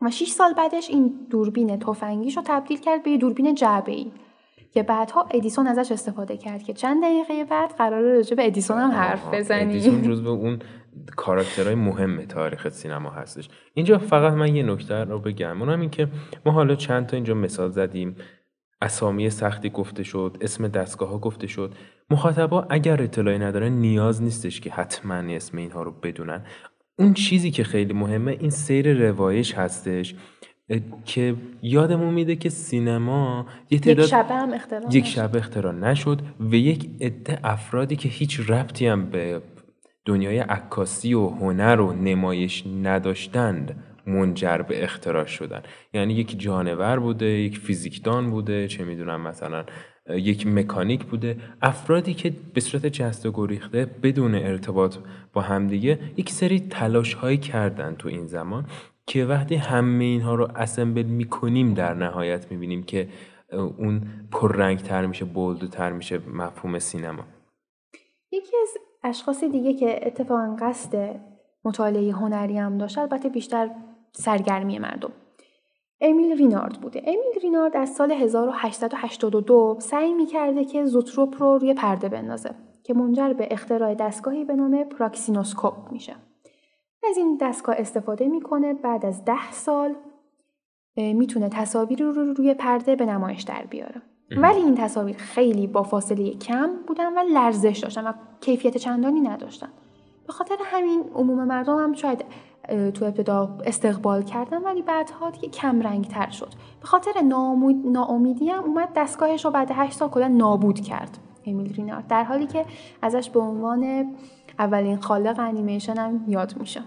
و شش سال بعدش این دوربین تفنگیش رو تبدیل کرد به یه دوربین جعبه‌ای که بعدها ادیسون ازش استفاده کرد که چند دقیقه بعد قراره راجع به ادیسون هم حرف بزنیم. ادیسون جزو اون کاراکترهای مهم تاریخ سینما هستش. اینجا فقط من یه نکته رو بگم، اونم این که ما حالا چند تا اینجا مثال زدیم، اسامی سختی گفته شد، اسم دستگاه‌ها گفته شد. مخاطبا اگر اطلاعی ندارن نیاز نیستش که حتما اسم اینها رو بدونن. اون چیزی که خیلی مهمه این سیر روایش هستش که یادمون میده که سینما یه تعداد یک شبه هم اختراع یک شبه اختراع نشد و یک عده افرادی که هیچ ربطی هم به دنیای عکاسی و هنر و نمایش نداشتند منجر به اختراع شدن. یعنی یک جانور بوده، یک فیزیکدان بوده، چه میدونم مثلا یک مکانیک بوده، افرادی که به صورت جست و گریخته بدون ارتباط با همدیگه یک سری تلاش هایی کردن تو این زمان که وقتی همه اینها رو اسمبل میکنیم در نهایت میبینیم که اون پررنگ تر میشه، بولد تر میشه مفهوم سینما. یکی از اشخاص دیگه که اتفاقا قصد مطالعه هنری هم داشت، البته بیشتر سرگرمی مردم، امیل رینارد بوده. امیل رینارد از سال هزار و هشتصد و هشتاد و دو سعی میکرده که زوتروپ رو روی پرده بندازه که منجر به اختراع دستگاهی به نام پراکسینوسکوپ میشه. از این دستگاه استفاده میکنه، بعد از ده سال میتونه تصاویر رو روی پرده به نمایش در بیاره. ولی این تصاویر خیلی با فاصله کم بودن و لرزش داشتن و کیفیت چندانی نداشتن. به خاطر همین عموم مردم هم شاید تو ابتدا استقبال کردن، ولی بعدها دیگه کم رنگ تر شد. به خاطر ناامیدی هم اومد دستگاهش رو بعد هشت سال کلا نابود کرد امیل رینارد، در حالی که ازش به عنوان اولین خالق انیمیشن هم یاد میشه.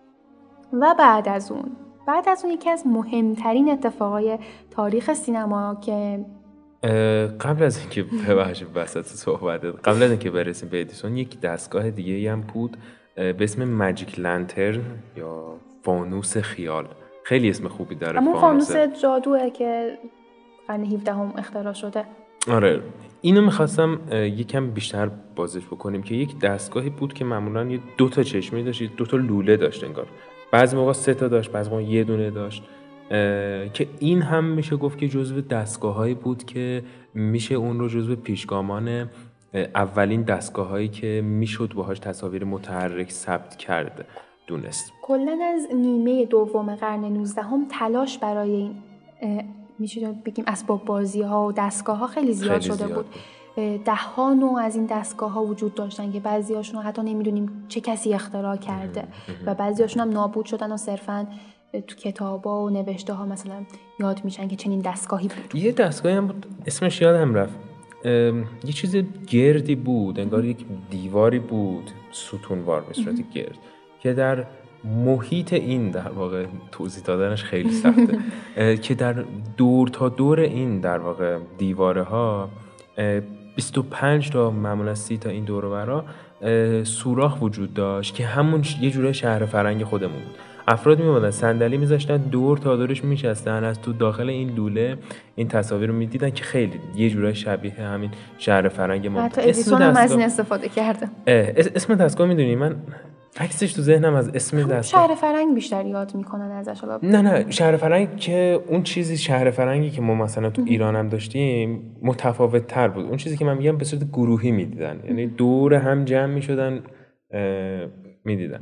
و بعد از اون بعد از اون یکی از مهمترین اتفاقای تاریخ سینما که قبل از اینکه ببخشید وسط صحبت قبل از اینکه برسیم به ادیسون، یک دستگاه دیگه هم بود به اسم ماجیک لنترن یا فانوس خیال. خیلی اسم خوبی داره. اما فانوس جادوه که قرن هفدهم اختراع شده. آره، اینو میخواستم یکم بیشتر بازش بکنیم که یک دستگاهی بود که معمولا یه دو تا چشمی داشت، دو تا لوله داشت انگار. بعضی موقع سه تا داشت، بعضی موقع یه دونه داشت. که این هم میشه گفت که جزو دستگاهایی بود که میشه اون رو جزو پیشگامان اولین دستگاهایی که میشد باهاش تصاویر متحرک ثبت کرد دونست. کلا از نیمه دوم قرن نوزدهم تلاش برای این میشه بگیم اسباب بازی ها و دستگاه ها خیلی زیاد خیلی شده زیاد بود. ده ها نوع از این دستگاه ها وجود داشتن که بعضی هاشون حتی نمیدونیم چه کسی اختراع کرده و بعضی هاشون هم نابود شدن و صرفاً تو کتابا و نوشته ها مثلا یاد میشن که چنین دستگاهی بود. یه دستگاهی هم بود اسمش یادم رفت، یه چیز گردی بود، انگار یک دیواری بود ستونوار به صورت گرد که در محیط این، در واقع توضیح دادنش خیلی سخته که در دور تا دور این در واقع دیواره ها بیست و پنج تا معمولا سی تا این دور و برا سوراخ وجود داشت که همون یه جوره شهر فرنگ خودمون بود. افراد میومدن صندلی میذاشتن دور تا دورش میشستن، از تو داخل این لوله این تصاویر رو میدیدن که خیلی یه جورای شبیه همین شهر فرنگ ما. حتی ادیسون هم از این استفاده کرده. اسم دستگاه میدونی من عکسش تو ذهنم از اسم دستگاه شهر فرنگ بیشتر یاد میکنن ازش. نه نه شهر فرنگ که اون چیزی شهر فرنگی که ما مثلا تو ایران هم داشتیم متفاوت تر بود. اون چیزی که من میگم به صورت گروهی میدیدن، یعنی دور هم جمع میشدن میدیدن.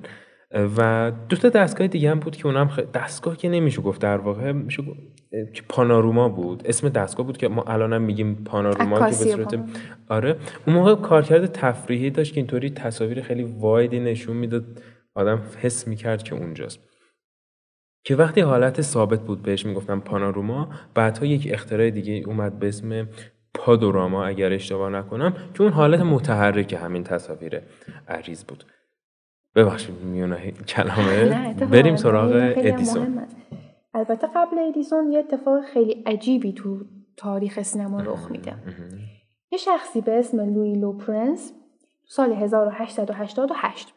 و دو تا دستگاه دیگه هم بود که اونم خ... دستگاه که نمیشه گفت، در واقع میشه گفت که پانوراما بود. اسم دستگاه بود که ما الانم میگیم پانوراما که به صورت آره اون موقع کارکرد تفریحی داشت که اینطوری تصاویر خیلی وایدی نشون میداد، آدم حس میکرد که اونجاست. که وقتی حالت ثابت بود بهش میگفتن پانوراما. بعدها یک اختراع دیگه اومد به اسم پادوراما اگر اشتباه نکنم که اون حالت متحرک همین تصاویر عریض بود. ببخشید میونه کلامه. بریم سراغ ادیسون. البته قبل ادیسون یه اتفاق خیلی عجیبی تو تاریخ سینما رخ میده. یه شخصی به اسم لویی لوپرنس سال هزار و هشتصد و هشتاد و هشت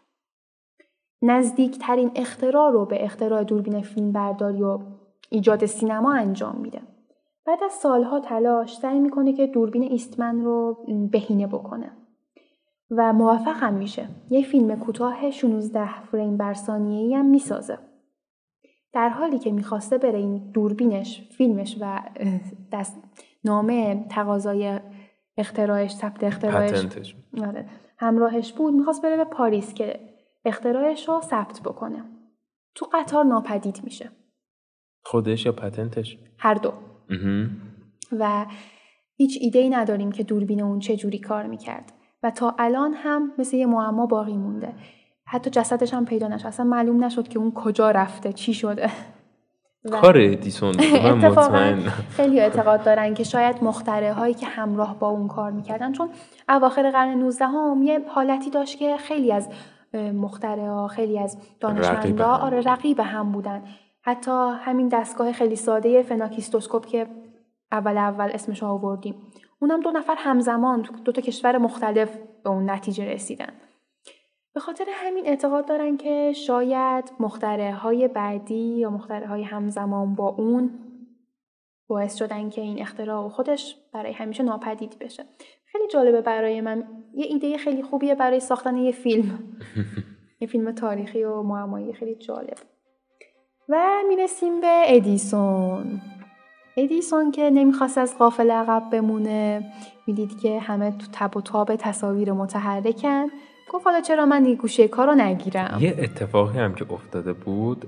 نزدیکترین اختراع رو به اختراع دوربین فیلم برداری و ایجاد سینما انجام میده. بعد از سالها تلاش سعی میکنه که دوربین ایستمن رو بهینه بکنه و موفق هم میشه. یه فیلم کوتاه شانزده فریم بر ثانیه‌ای هم میسازه. در حالی که میخواسته بره این دوربینش، فیلمش و دست نامه تقاضای اختراعش، ثبت اختراعش همراهش بود، میخواست بره به پاریس که اختراعش رو ثبت بکنه. تو قطار ناپدید میشه. خودش یا پتنتش؟ هر دو. و هیچ ایده‌ای نداریم که دوربین اون چه جوری کار میکرد و تا الان هم مثل یه معما باقی مونده. حتی جسدش هم پیدا نشد. اصلا معلوم نشد که اون کجا رفته، چی شده. کار ادیسون بود. من مطمئن خیلی اعتقاد دارن که شاید مخترع هایی که همراه با اون کار میکردن، چون اواخر قرن نوزدهم یه حالتی داشت که خیلی از مخترعا، خیلی از دانشمندا آره رقیب هم بودن. حتی همین دستگاه خیلی ساده فناکیستوسکوپ که اول اول اسمش رو آوردیم، اونم دو نفر همزمان تو دو تا کشور مختلف به اون نتیجه رسیدن. به خاطر همین اعتقاد دارن که شاید مخترع‌های بعدی یا مخترع‌های همزمان با اون باعث شدن که این اختراع خودش برای همیشه ناپدید بشه. خیلی جالبه برای من، یه ایده خیلی خوبیه برای ساختن یه فیلم. یه فیلم تاریخی و معمایی خیلی جالب. و میرسیم به ادیسون. ادیسون که نمیخواست از قافله عقب بمونه، میدید که همه تو تب و تاب تصاویر متحرکن، گفت حالا چرا من این گوشه کارو نگیرم. یه اتفاقی هم که افتاده بود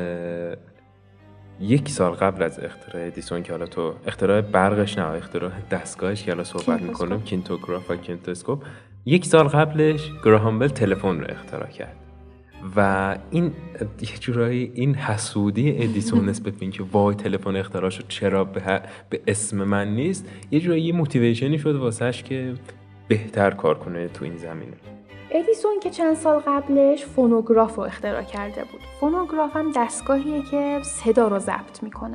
یک سال قبل از اختراع ادیسون، که حالا تو اختراع برقش نه، اختراع دستگاهش که حالا صحبت میکنم، کینتوگراف و کینتوسکوپ، یک سال قبلش گراهام بل تلفن رو اختراع کرد و این یه جورایی این حسودی ادیسون نسبت به اینکه وای تلفن اختراع شد چرا به, به اسم من نیست، یه جورایی یه موتیویشنی شد واسش که بهتر کار کنه تو این زمینه. ادیسون که چند سال قبلش فونوگراف رو اختراع کرده بود. فونوگراف هم دستگاهیه که صدا رو ضبط میکنه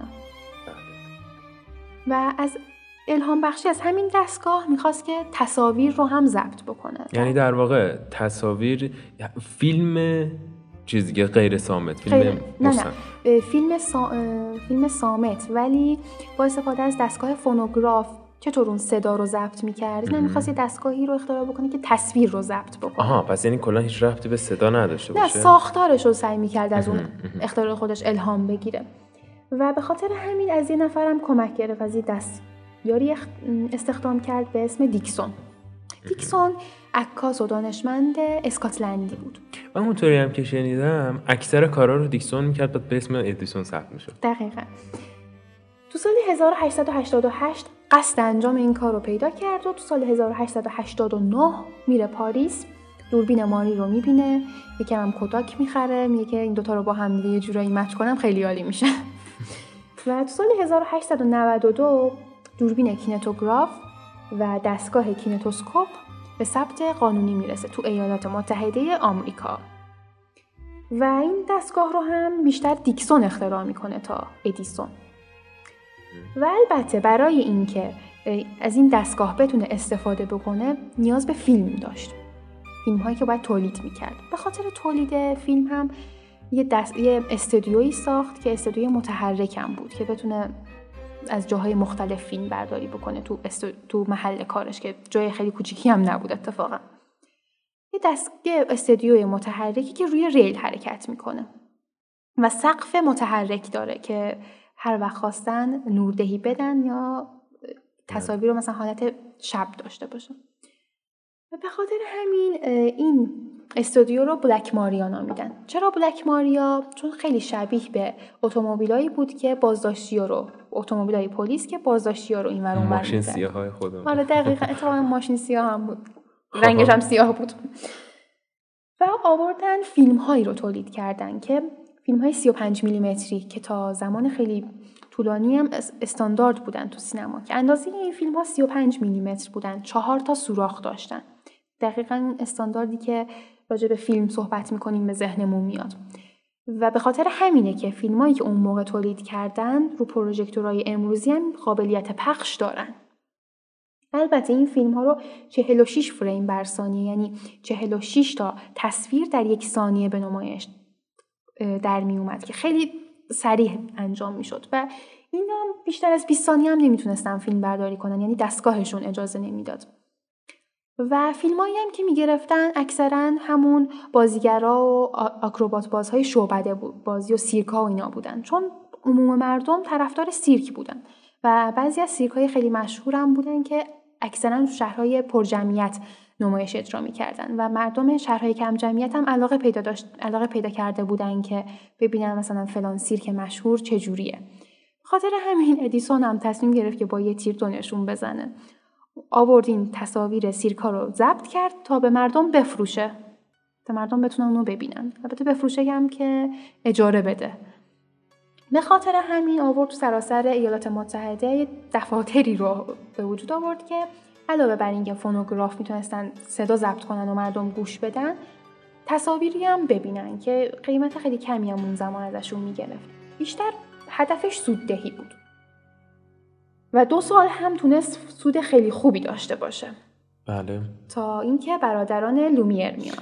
و از الهام بخشی از همین دستگاه میخواست که تصاویر رو هم ضبط بکنه. یعنی در واقع تصاویر، فیلم چیزی که غیر صامت، فیلم غیر... نه نه فیلم, سا... فیلم صامت، ولی با استفاده از دستگاه فونوگراف چطور اون صدا رو ضبط می‌کرد؟ نمی‌خواست یه دستگاهی رو اختراع بکنه که تصویر رو ضبط بکنه. آها، پس یعنی کلا هیچ ربطی به صدا نداشته باشه. نه، ساختارش رو سعی می‌کرد از اون اختراع خودش الهام بگیره. و به خاطر همین از یه نفرم کمک گرفت، از یه دستیاری استخدام کرد به اسم دیکسون. دیکسون عکاس و دانشمند اسکاتلندی بود. من اونطوری هم که شنیدم اکثر کارا رو دیکسون می‌کرد، بعد به اسم ادیسون ثبت می‌شد. دقیقاً. تو سال هزار و هشتصد و هشتاد و هشت قصد انجام این کار رو پیدا کرد و تو سال هزار و هشتصد و هشتاد و نه میره پاریس، دوربین ماری رو میبینه، یکم هم کوداک میخره، میگه که این دوتا رو با هم دیگه یه جورایی مچ کنم خیلی عالی میشه. و تو سال هزار و هشتصد و نود و دو دوربین کینتوگراف و دستگاه کینتوسکوپ به ثبت قانونی میرسه تو ایالات متحده آمریکا. و این دستگاه رو هم بیشتر دیکسون اختراع میکنه تا ادیسون. و البته برای اینکه از این دستگاه بتونه استفاده بکنه نیاز به فیلم داشت، فیلم هایی که باید تولید میکرد. به خاطر تولید فیلم هم یه, دست... یه استودیویی ساخت که استودیوی متحرک هم بود که بتونه از جاهای مختلف فیلم برداری بکنه تو, استو... تو محل کارش که جای خیلی کوچیکی هم نبود اتفاقا. یه دستگاه استودیوی متحرکی که روی ریل حرکت میکنه و سقف متحرک داره که هر وقت خواستن نوردهی بدن یا تصاویر رو مثلا حالت شب داشته باشه. و به خاطر همین این استودیو رو بلک ماریا نامیدن. چرا بلک ماریا؟ چون خیلی شبیه به اتومبیلایی بود که بازداشتی‌ها رو، اتومبیلای پلیس که بازداشتی‌ها رو اینور اونور ماشین سیاه‌های خودمون. آره دقیقاً، اتفاقا ماشین سیاه هم بود. رنگش هم سیاه بود. و آوردن فیلم‌هایی رو تولید کردن که فیلم‌های سی و پنج میلیمتری که تا زمان خیلی طولانی هم استاندارد بودن تو سینما، که اندازه این فیلم‌ها سی و پنج میلیمتر بودن، چهار تا سوراخ داشتن. دقیقاً استانداردی که راجع به فیلم صحبت می‌کنیم به ذهنمون میاد. و به خاطر همینه که فیلمایی که اون موقع تولید کردن رو پروژکتورهای امروزی هم قابلیت پخش دارن. البته این فیلم‌ها رو چهل و شش فریم بر ثانیه، یعنی چهل و شش تا تصویر در یک ثانیه به نمایش در می اومد که خیلی سریع انجام می شد و اینا بیشتر از بیست ثانیه هم نمیتونستن فیلم برداری کنن، یعنی دستگاهشون اجازه نمیداد. و فیلمایی هم که میگرفتن اکثرا همون بازیگرا و آکروبات بازهای شعبده بازی و سیرکا و اینا بودن، چون عموم مردم طرفدار سیرک بودن و بعضی از سیرک‌های خیلی مشهور هم بودن که اکثرا تو شهرهای پرجمعیت نمایش اجرا می‌کردن و مردم شهرهای کم جمعیت هم علاقه پیدا داشت علاقه پیدا کرده بودن که ببینن مثلا فلان سیرک مشهور چجوریه. خاطر همین ادیسون هم تصمیم گرفت که با یه تیر دو نشون بزنه. آورد این تصاویر سیرکا رو ضبط کرد تا به مردم بفروشه، تا مردم بتونن اونو ببینن. البته بفروشه هم که اجاره بده. به خاطر همین آورد تو سراسر ایالات متحده دفاتری رو به وجود آورد که علاوه بر اینکه فونوگراف میتونستن صدا ضبط کنن و مردم گوش بدن، تصاویری هم ببینن که قیمت خیلی کمی هم اون زمان ازشون میگرفت. بیشتر هدفش سوددهی بود و دو سال هم تونست سود خیلی خوبی داشته باشه. بله. تا اینکه برادران لومیر میان.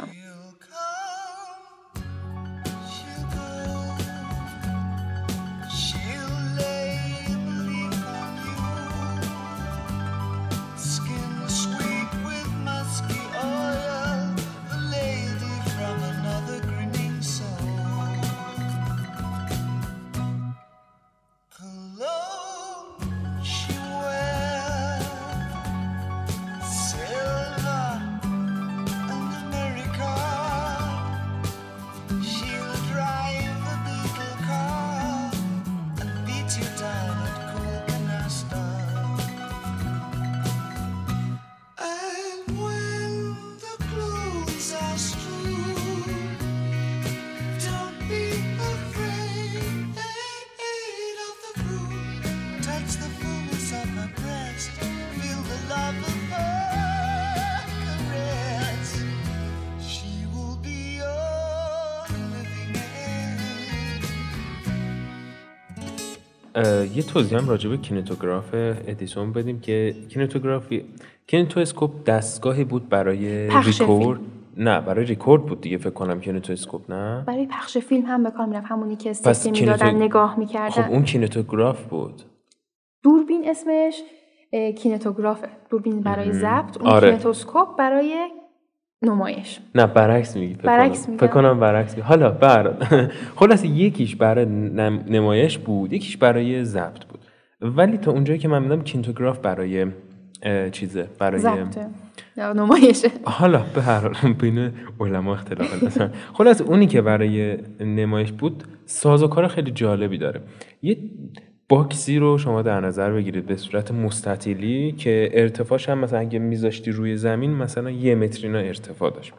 یه توضیح هم راجع به کینتوگراف ادیسون بدیم که کینتوگرافی کینتواسکوپ دستگاهی بود برای ریکورد، نه برای ریکورد بود دیگه فکر کنم کینتواسکوپ، نه برای پخش فیلم هم به کار میرفت، همونی که سکه میدادن کینتو... نگاه میکردن. خب اون کینتوگراف بود. دوربین اسمش کینتوگرافه، دوربین برای ضبط، اون آره. کینتوسکوپ برای نمایش. نه برعکس میگی فکر برعکس کنم. فکر کنم برعکس میگی. حالا بر خلاص یکیش برای نمایش بود، یکیش برای ضبط بود. ولی تا اونجایی که من میدونم کینتوگراف برای چیزه، برای ضبطه یا نمایشه. حالا به هر حال بین علما اختلاف داشتن. خلاص اونی که برای نمایش بود سازوکار خیلی جالبی داره. یه باکسی رو شما در نظر بگیرید به صورت مستطیلی که ارتفاعش هم مثلا اگه میذاشتی روی زمین مثلا یه متر اینا ارتفاع داشت.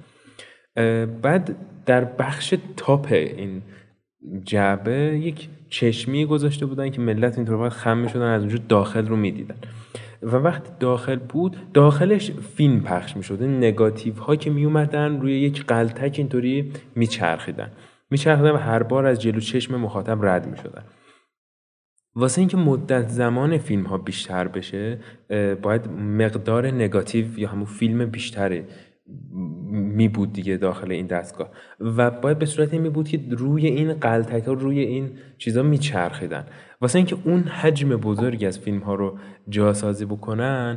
بعد در بخش تاپ این جعبه یک چشمی گذاشته بودن که ملت اینطور باید خم میشدن از اونجا داخل رو میدیدن و وقتی داخل بود داخلش فیلم پخش میشد. نگاتیو ها که میومدن روی یک قلتک اینطوری میچرخیدن میچرخیدن و هر بار از جلو چشم مخاطب رد میشدن. واسه اینکه مدت زمان فیلم ها بیشتر بشه باید مقدار نگاتیو یا همون فیلم بیشتری می بود دیگه داخل این دستگاه و باید به صورت این می بود که روی این قلتک ها روی این چیزا می چرخیدن. واسه اینکه اون حجم بزرگی از فیلم ها رو جاسازی بکنن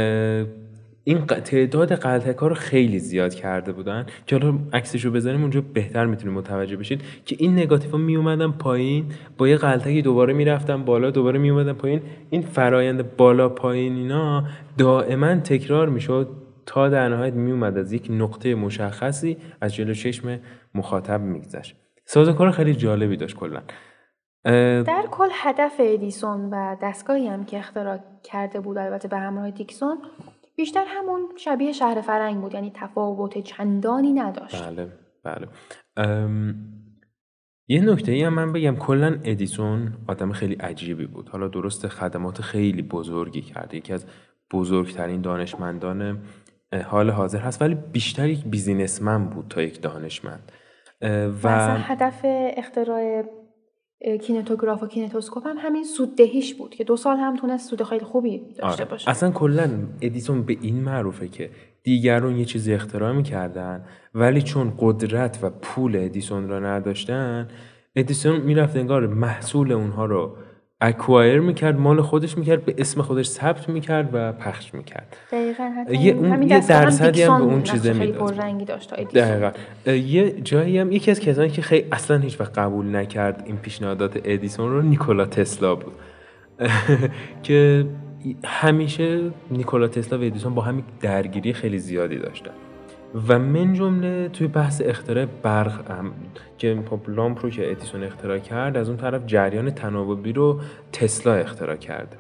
این تعداد قلتک ها رو خیلی زیاد کرده بودن که حالا عکسش رو بذاریم اونجا بهتر میتونید متوجه بشید که این نگاتیو ها می اومدن پایین با یه قلتکی دوباره میرفتن بالا دوباره می اومدن پایین. این فرایند بالا پایین اینا دائما تکرار میشد تا در نهایت می اومد از یک نقطه مشخصی از جلو چشم مخاطب میگذشت. سازوکار خیلی جالبی داشت کلا. در کل هدف ادیسون و دستگاهی هم که اختراع کرده بود البته به همراه دیکسون بیشتر همون شبیه شهر فرنگ بود، یعنی تفاوت چندانی نداشت. بله بله. ام... یه نکته ای هم من بگم کلا ادیسون آدم خیلی عجیبی بود. حالا درست خدمات خیلی بزرگی کرده، یکی از بزرگترین دانشمندان حال حاضر هست ولی بیشتر یک بیزینسمن بود تا یک دانشمند. و اصلا هدف اختراع کینتوگراف و کینتوسکوپ هم همین سوددهیش بود که دو سال هم تونست سود خیلی خوبی داشته آره. باشه. اصلا کلا ادیسون به این معروفه که دیگران یه چیزی اختراع میکردن ولی چون قدرت و پول ادیسون را نداشتن ادیسون میرفت انگار محصول اونها رو اکوایر میکرد، مال خودش میکرد، به اسم خودش ثبت میکرد و پخش میکرد. دقیقاً. حتی یه اون همین یه دستگاه هم درصدی هم به اون دیکسون چیزه خیلی میداد. پررنگی داشت تا ادیسون. دقیقاً. یه جایی هم یکی از کسانی که خیلی اصلا هیچ وقت قبول نکرد این پیشنهادات ادیسون رو نیکولا تسلا بود که همیشه نیکولا تسلا و ادیسون با همین درگیری خیلی زیادی داشتن و من جمله توی بحث اختراع برق هم که خب لامپ رو که ادیسون اختراع کرد، از اون طرف جریان تناوبی رو تسلا اختراع کرد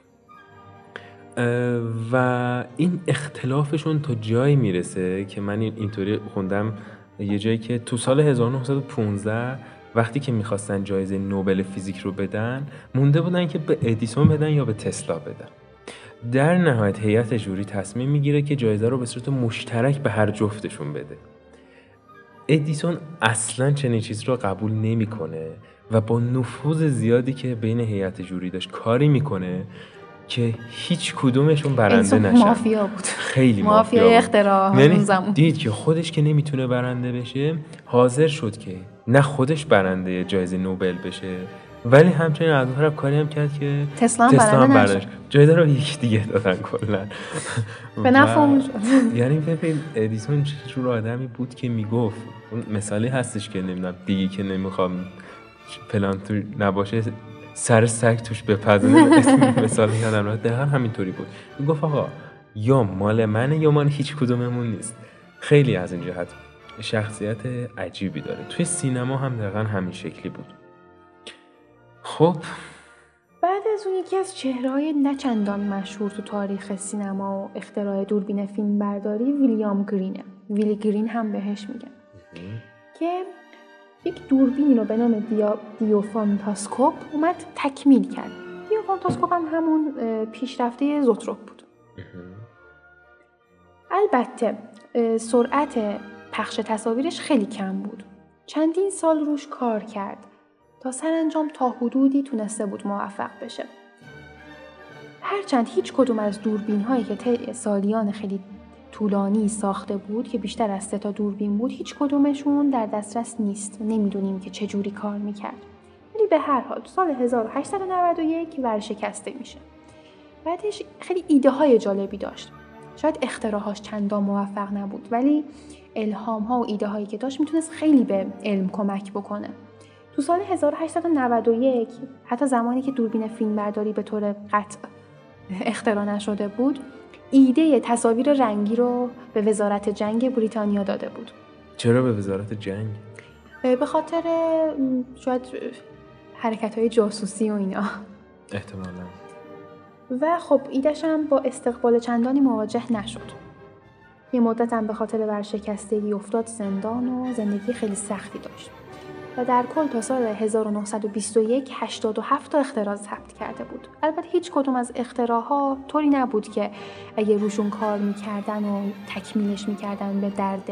و این اختلافشون تا جایی میرسه که من اینطوری خوندم یه جایی که تو سال هزار و نهصد و پانزده وقتی که میخواستن جایزه نوبل فیزیک رو بدن، مونده بودن که به ادیسون بدن یا به تسلا بدن. در نهایت هیئت جوری تصمیم میگیره که جایزه رو به صورت مشترک به هر جفتشون بده. ادیسون اصلاً چنین چیز رو قبول نمیکنه و با نفوذ زیادی که بین هیئت جوری داشت کاری میکنه که هیچ کدومشون برنده نشن. مافیا بود. خیلی مافیا مافیا اختراع یعنی اون زمان. دید که خودش که نمیتونه برنده بشه، حاضر شد که نه خودش برنده جایزه نوبل بشه، ولی همچنین از اون طرف کاری هم کرد که تسلا هم برنده نشه. جایزه رو یکی دیگه دادن کلا. به نفعمون شد. یعنی ببین ادیسون چه جور آدمی بود که میگفت، اون مثالی هستش که نمیدونم دیگه که نمیخوام فلان تو نباشه سر سگ توش بپزنه، مثال یادم رفت، دقیقا همینطوری بود. میگفت آقا یا مال منه یا مال هیچ کدوممون نیست. خیلی از این جهت شخصیت عجیبی داره. توی سینما هم دقیقا همین شکلی بود. خب بعد از اون یکی از چهره‌های نچندان مشهور تو تاریخ سینما و اختراع دوربین فیلم برداری ویلیام گرینه. ویلی گرین هم بهش میگن که یک دوربینی رو به نام دیا... دیوفانتاسکوپ اومد تکمیل کرد. دیوفانتاسکوپ هم همون پیشرفته زوتروپ بود. البته سرعت پخش تصاویرش خیلی کم بود. چندین سال روش کار کرد تا سرانجام تا حدودی تونسته بود موفق بشه. هرچند هیچ کدوم از دوربین هایی که طی سالیان خیلی طولانی ساخته بود که بیشتر از سه تا دوربین بود، هیچ کدومشون در دسترس نیست و نمیدونیم که چه جوری کار میکرد. ولی به هر حال سال هزار و هشتصد و نود و یک ورشکسته میشه. بعدش خیلی ایده های جالبی داشت. شاید اختراعاش چندان موفق نبود، ولی الهام ها و ایده هایی که داشت میتونست خیلی به علم کمک بکنه. تو سال هزار و هشتصد و نود و یک، حتی زمانی که دوربین فیلم برداری به طور قطع اختراع نشده بود، ایده تصاویر رنگی رو به وزارت جنگ بریتانیا داده بود. چرا به وزارت جنگ؟ به خاطر شاید حرکت‌های جاسوسی و اینا احتمالاً. و خب ایده‌ش هم با استقبال چندانی مواجه نشد. یه مدت هم به خاطر ورشکستگی افتاد زندان و زندگی خیلی سختی داشت. و در کل تا سال هزار و نهصد و بیست و یک هشتاد و هفت تا اختراع ثبت کرده بود. البته هیچ کدوم از اختراعها طوری نبود که اگه روشون کار میکردن و تکمیلش میکردن به درد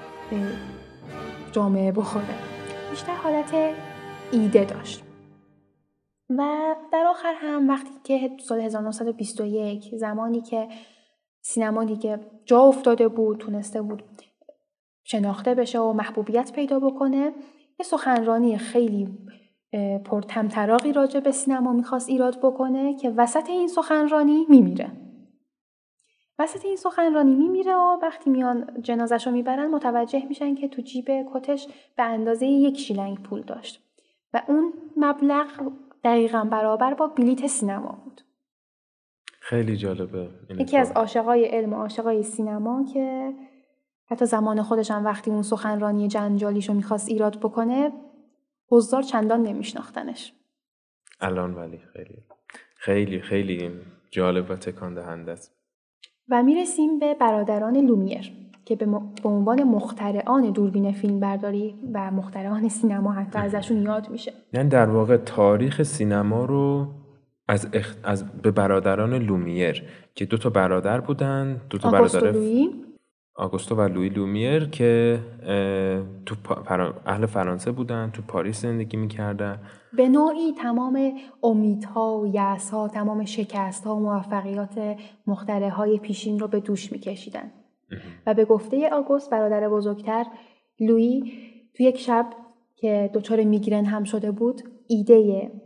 جامعه بخوره. بیشتر حالت ایده داشت. و در آخر هم وقتی که سال هزار و نهصد و بیست و یک، زمانی که سینما دیگه جا افتاده بود، تونسته بود شناخته بشه و محبوبیت پیدا بکنه، یه سخنرانی خیلی پرطمطراقی راجع به سینما میخواست ایراد بکنه که وسط این سخنرانی میمیره. وسط این سخنرانی میمیره و وقتی میان جنازه‌شو میبرن متوجه میشن که تو جیب کتش به اندازه یک شیلنگ پول داشت و اون مبلغ دقیقاً برابر با بلیت سینما بود. خیلی جالبه. یکی از عاشقای علم و عاشقای سینما که حتی زمان خودش هم وقتی اون سخنرانی جنجالیشو میخواست ایراد بکنه، حضار چندان نمیشناختنش. الان ولی خیلی خیلی خیلی جالب و تکان دهنده است. و میرسیم به برادران لومیر که به, م... به عنوان مخترعان دوربین فیلم برداری و مخترعان سینما حتی ازشون یاد میشه. یعنی در واقع تاریخ سینما رو از, اخ... از به برادران لومیر که دو تا برادر بودن، دو تا آگوستو برادر لویی آگوستو و لویی لومیر که تو پا... اهل فرانسه بودن، تو پاریس زندگی میکردن. به نوعی تمام امیدها و یأس‌ها، تمام شکست‌ها و موفقیت مخترع‌های پیشین رو به دوش میکشیدن. و به گفته آگوست برادر بزرگتر، لویی تو یک شب که دچار میگرن هم شده بود، ایده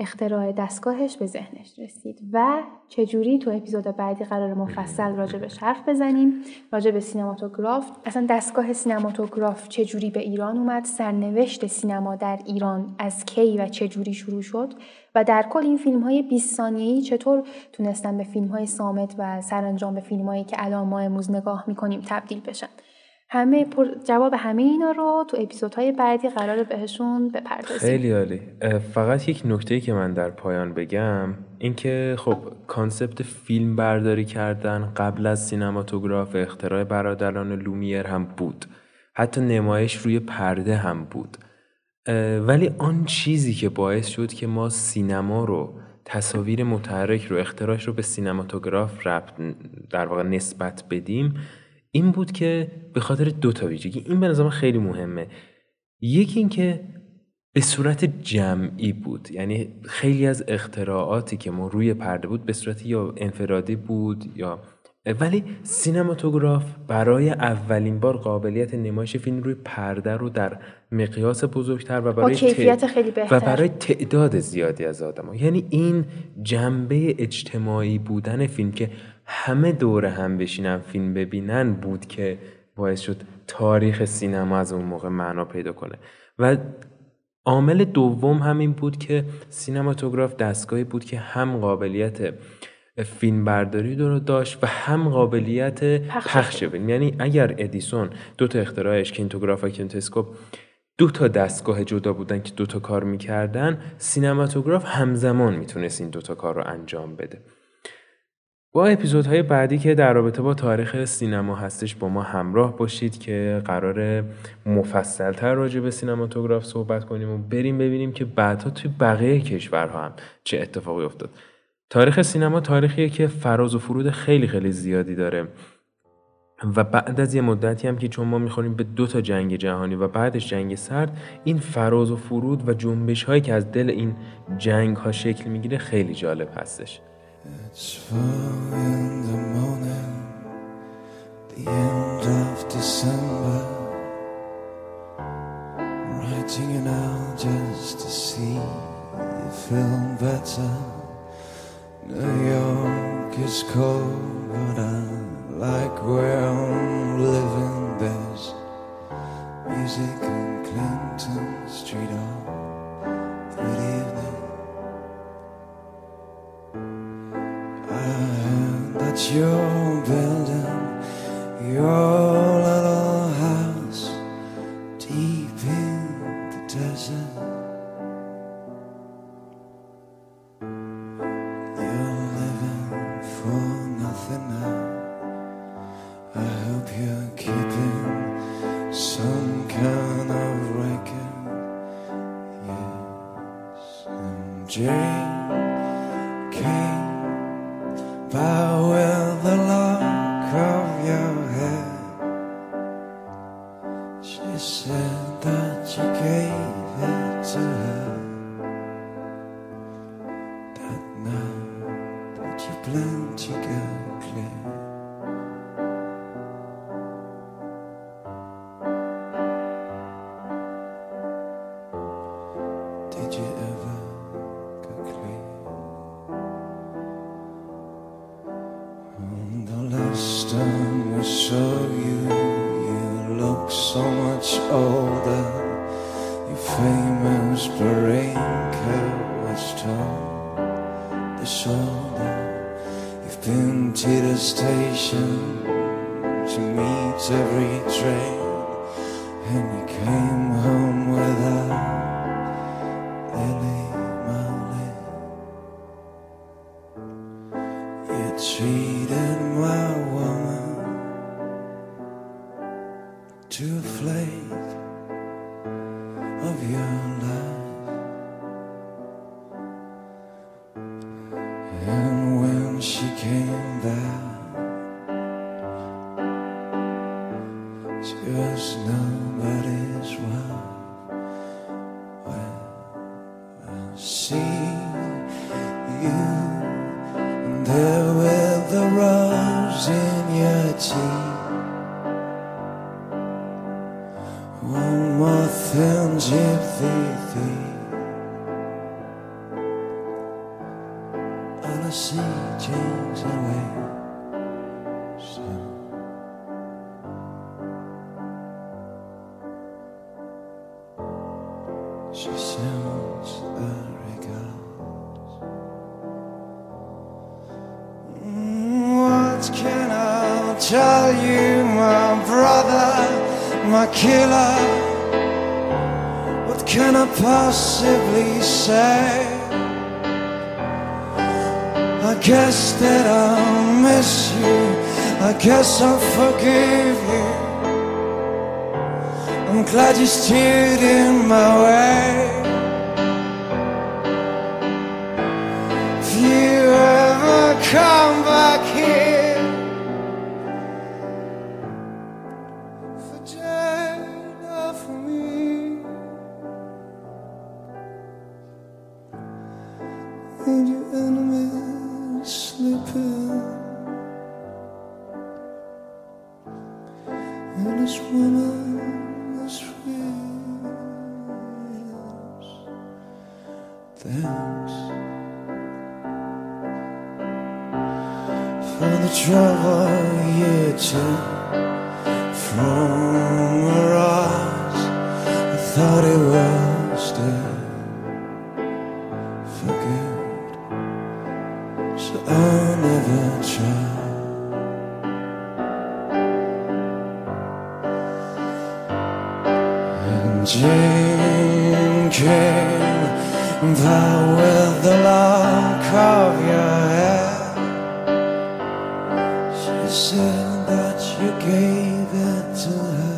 اختراع دستگاهش به ذهنش رسید و چجوری تو اپیزود بعدی قرار مفصل راجبش حرف بزنیم، راجب سینماتوگراف، اصلا دستگاه سینماتوگراف چجوری به ایران اومد، سرنوشت سینما در ایران از کی و چجوری شروع شد و در کل این فیلم‌های بیست ثانیه‌ای چطور تونستن به فیلم‌های صامت و سرانجام به فیلم‌هایی که الان ما امروز نگاه می‌کنیم تبدیل بشن. همه پر... جواب همه اینا رو تو اپیزودهای بعدی قراره بهشون بپردازیم. خیلی عالی. فقط یک نکته‌ای که من در پایان بگم این که خب کانسپت فیلم برداری کردن قبل از سینماتوگراف اختراع برادران لومیر هم بود، حتی نمایش روی پرده هم بود، ولی آن چیزی که باعث شد که ما سینما رو، تصاویر متحرک رو، اختراعش رو به سینماتوگراف ربط در واقع نسبت بدیم این بود که به خاطر دو تا ویژگی. این به نظرم خیلی مهمه. یکی این که به صورت جمعی بود، یعنی خیلی از اختراعاتی که ما روی پرده بود به صورت یا انفرادی بود یا ولی سینماتوگراف برای اولین بار قابلیت نمایش فیلم روی پرده رو در مقیاس بزرگتر و برای کیفیت خیلی بهتر و برای تعداد زیادی از آدم‌ها، یعنی این جنبه اجتماعی بودن فیلم که همه دور هم بشینن فیلم ببینن بود که باعث شد تاریخ سینما از اون موقع معنا پیدا کنه. و عامل دوم همین بود که سینماتوگراف دستگاهی بود که هم قابلیت فیلم برداری رو داشت و هم قابلیت پخش, پخش فیلم. یعنی اگر ادیسون دو تا اختراعش کینتوگراف و کینتوسکوپ دو تا دستگاه جدا بودن که دو تا کار میکردن، سینماتوگراف همزمان میتونست این دو تا کار رو انجام بده. با اپیزودهای بعدی که در رابطه با تاریخ سینما هستش با ما همراه باشید که قراره مفصل‌تر راجع به سینماتوگراف صحبت کنیم و بریم ببینیم که بعدها توی بقیه کشورها هم چه اتفاقی افتاد. تاریخ سینما تاریخیه که فراز و فرود خیلی خیلی زیادی داره و بعد از یه مدتی هم که چون ما میخوریم به دو تا جنگ جهانی و بعدش جنگ سرد، این فراز و فرود و جنبش هایی که از دل این جنگ ها شکل میگیره خیلی جالب هستش. It's four in the morning, the end of December, writing it out just to see you feel better. New York is cold, but I like where I'm living. There's music on Clinton Street. Oh, good evening. I heard that you're building your little house deep in the desert. You're living for nothing now. I hope you're keeping some kind of record. Yes, and Jane came by with the lock of your hair. She said that you gave it to her. That now that you blend you go clear. Did you ever go clear? And the last time we saw you, you looked so much older. Your famous parade coat was torn the shoulder. You've been to the station to meet every train, and you came home without Lily Marley. You treated my woman to a flake of your life, and when she came back, she was nobody's wife. When I see you there with the rose in your teeth, one more thin gypsy thief, see James away. So she sends a regards. Mm, what can I tell you, my brother, my killer? What can I possibly say? I guess that I'll miss you, I guess I'll forgive you. I'm glad you steered in my way. If you ever come back here for dead or for me, and your enemies sleeping, and this woman is ribs. Thanks for the trouble you took from us. I thought it was dead for good, so I never tried. And Jane came by with the lock of your hair. She said that you gave it to her.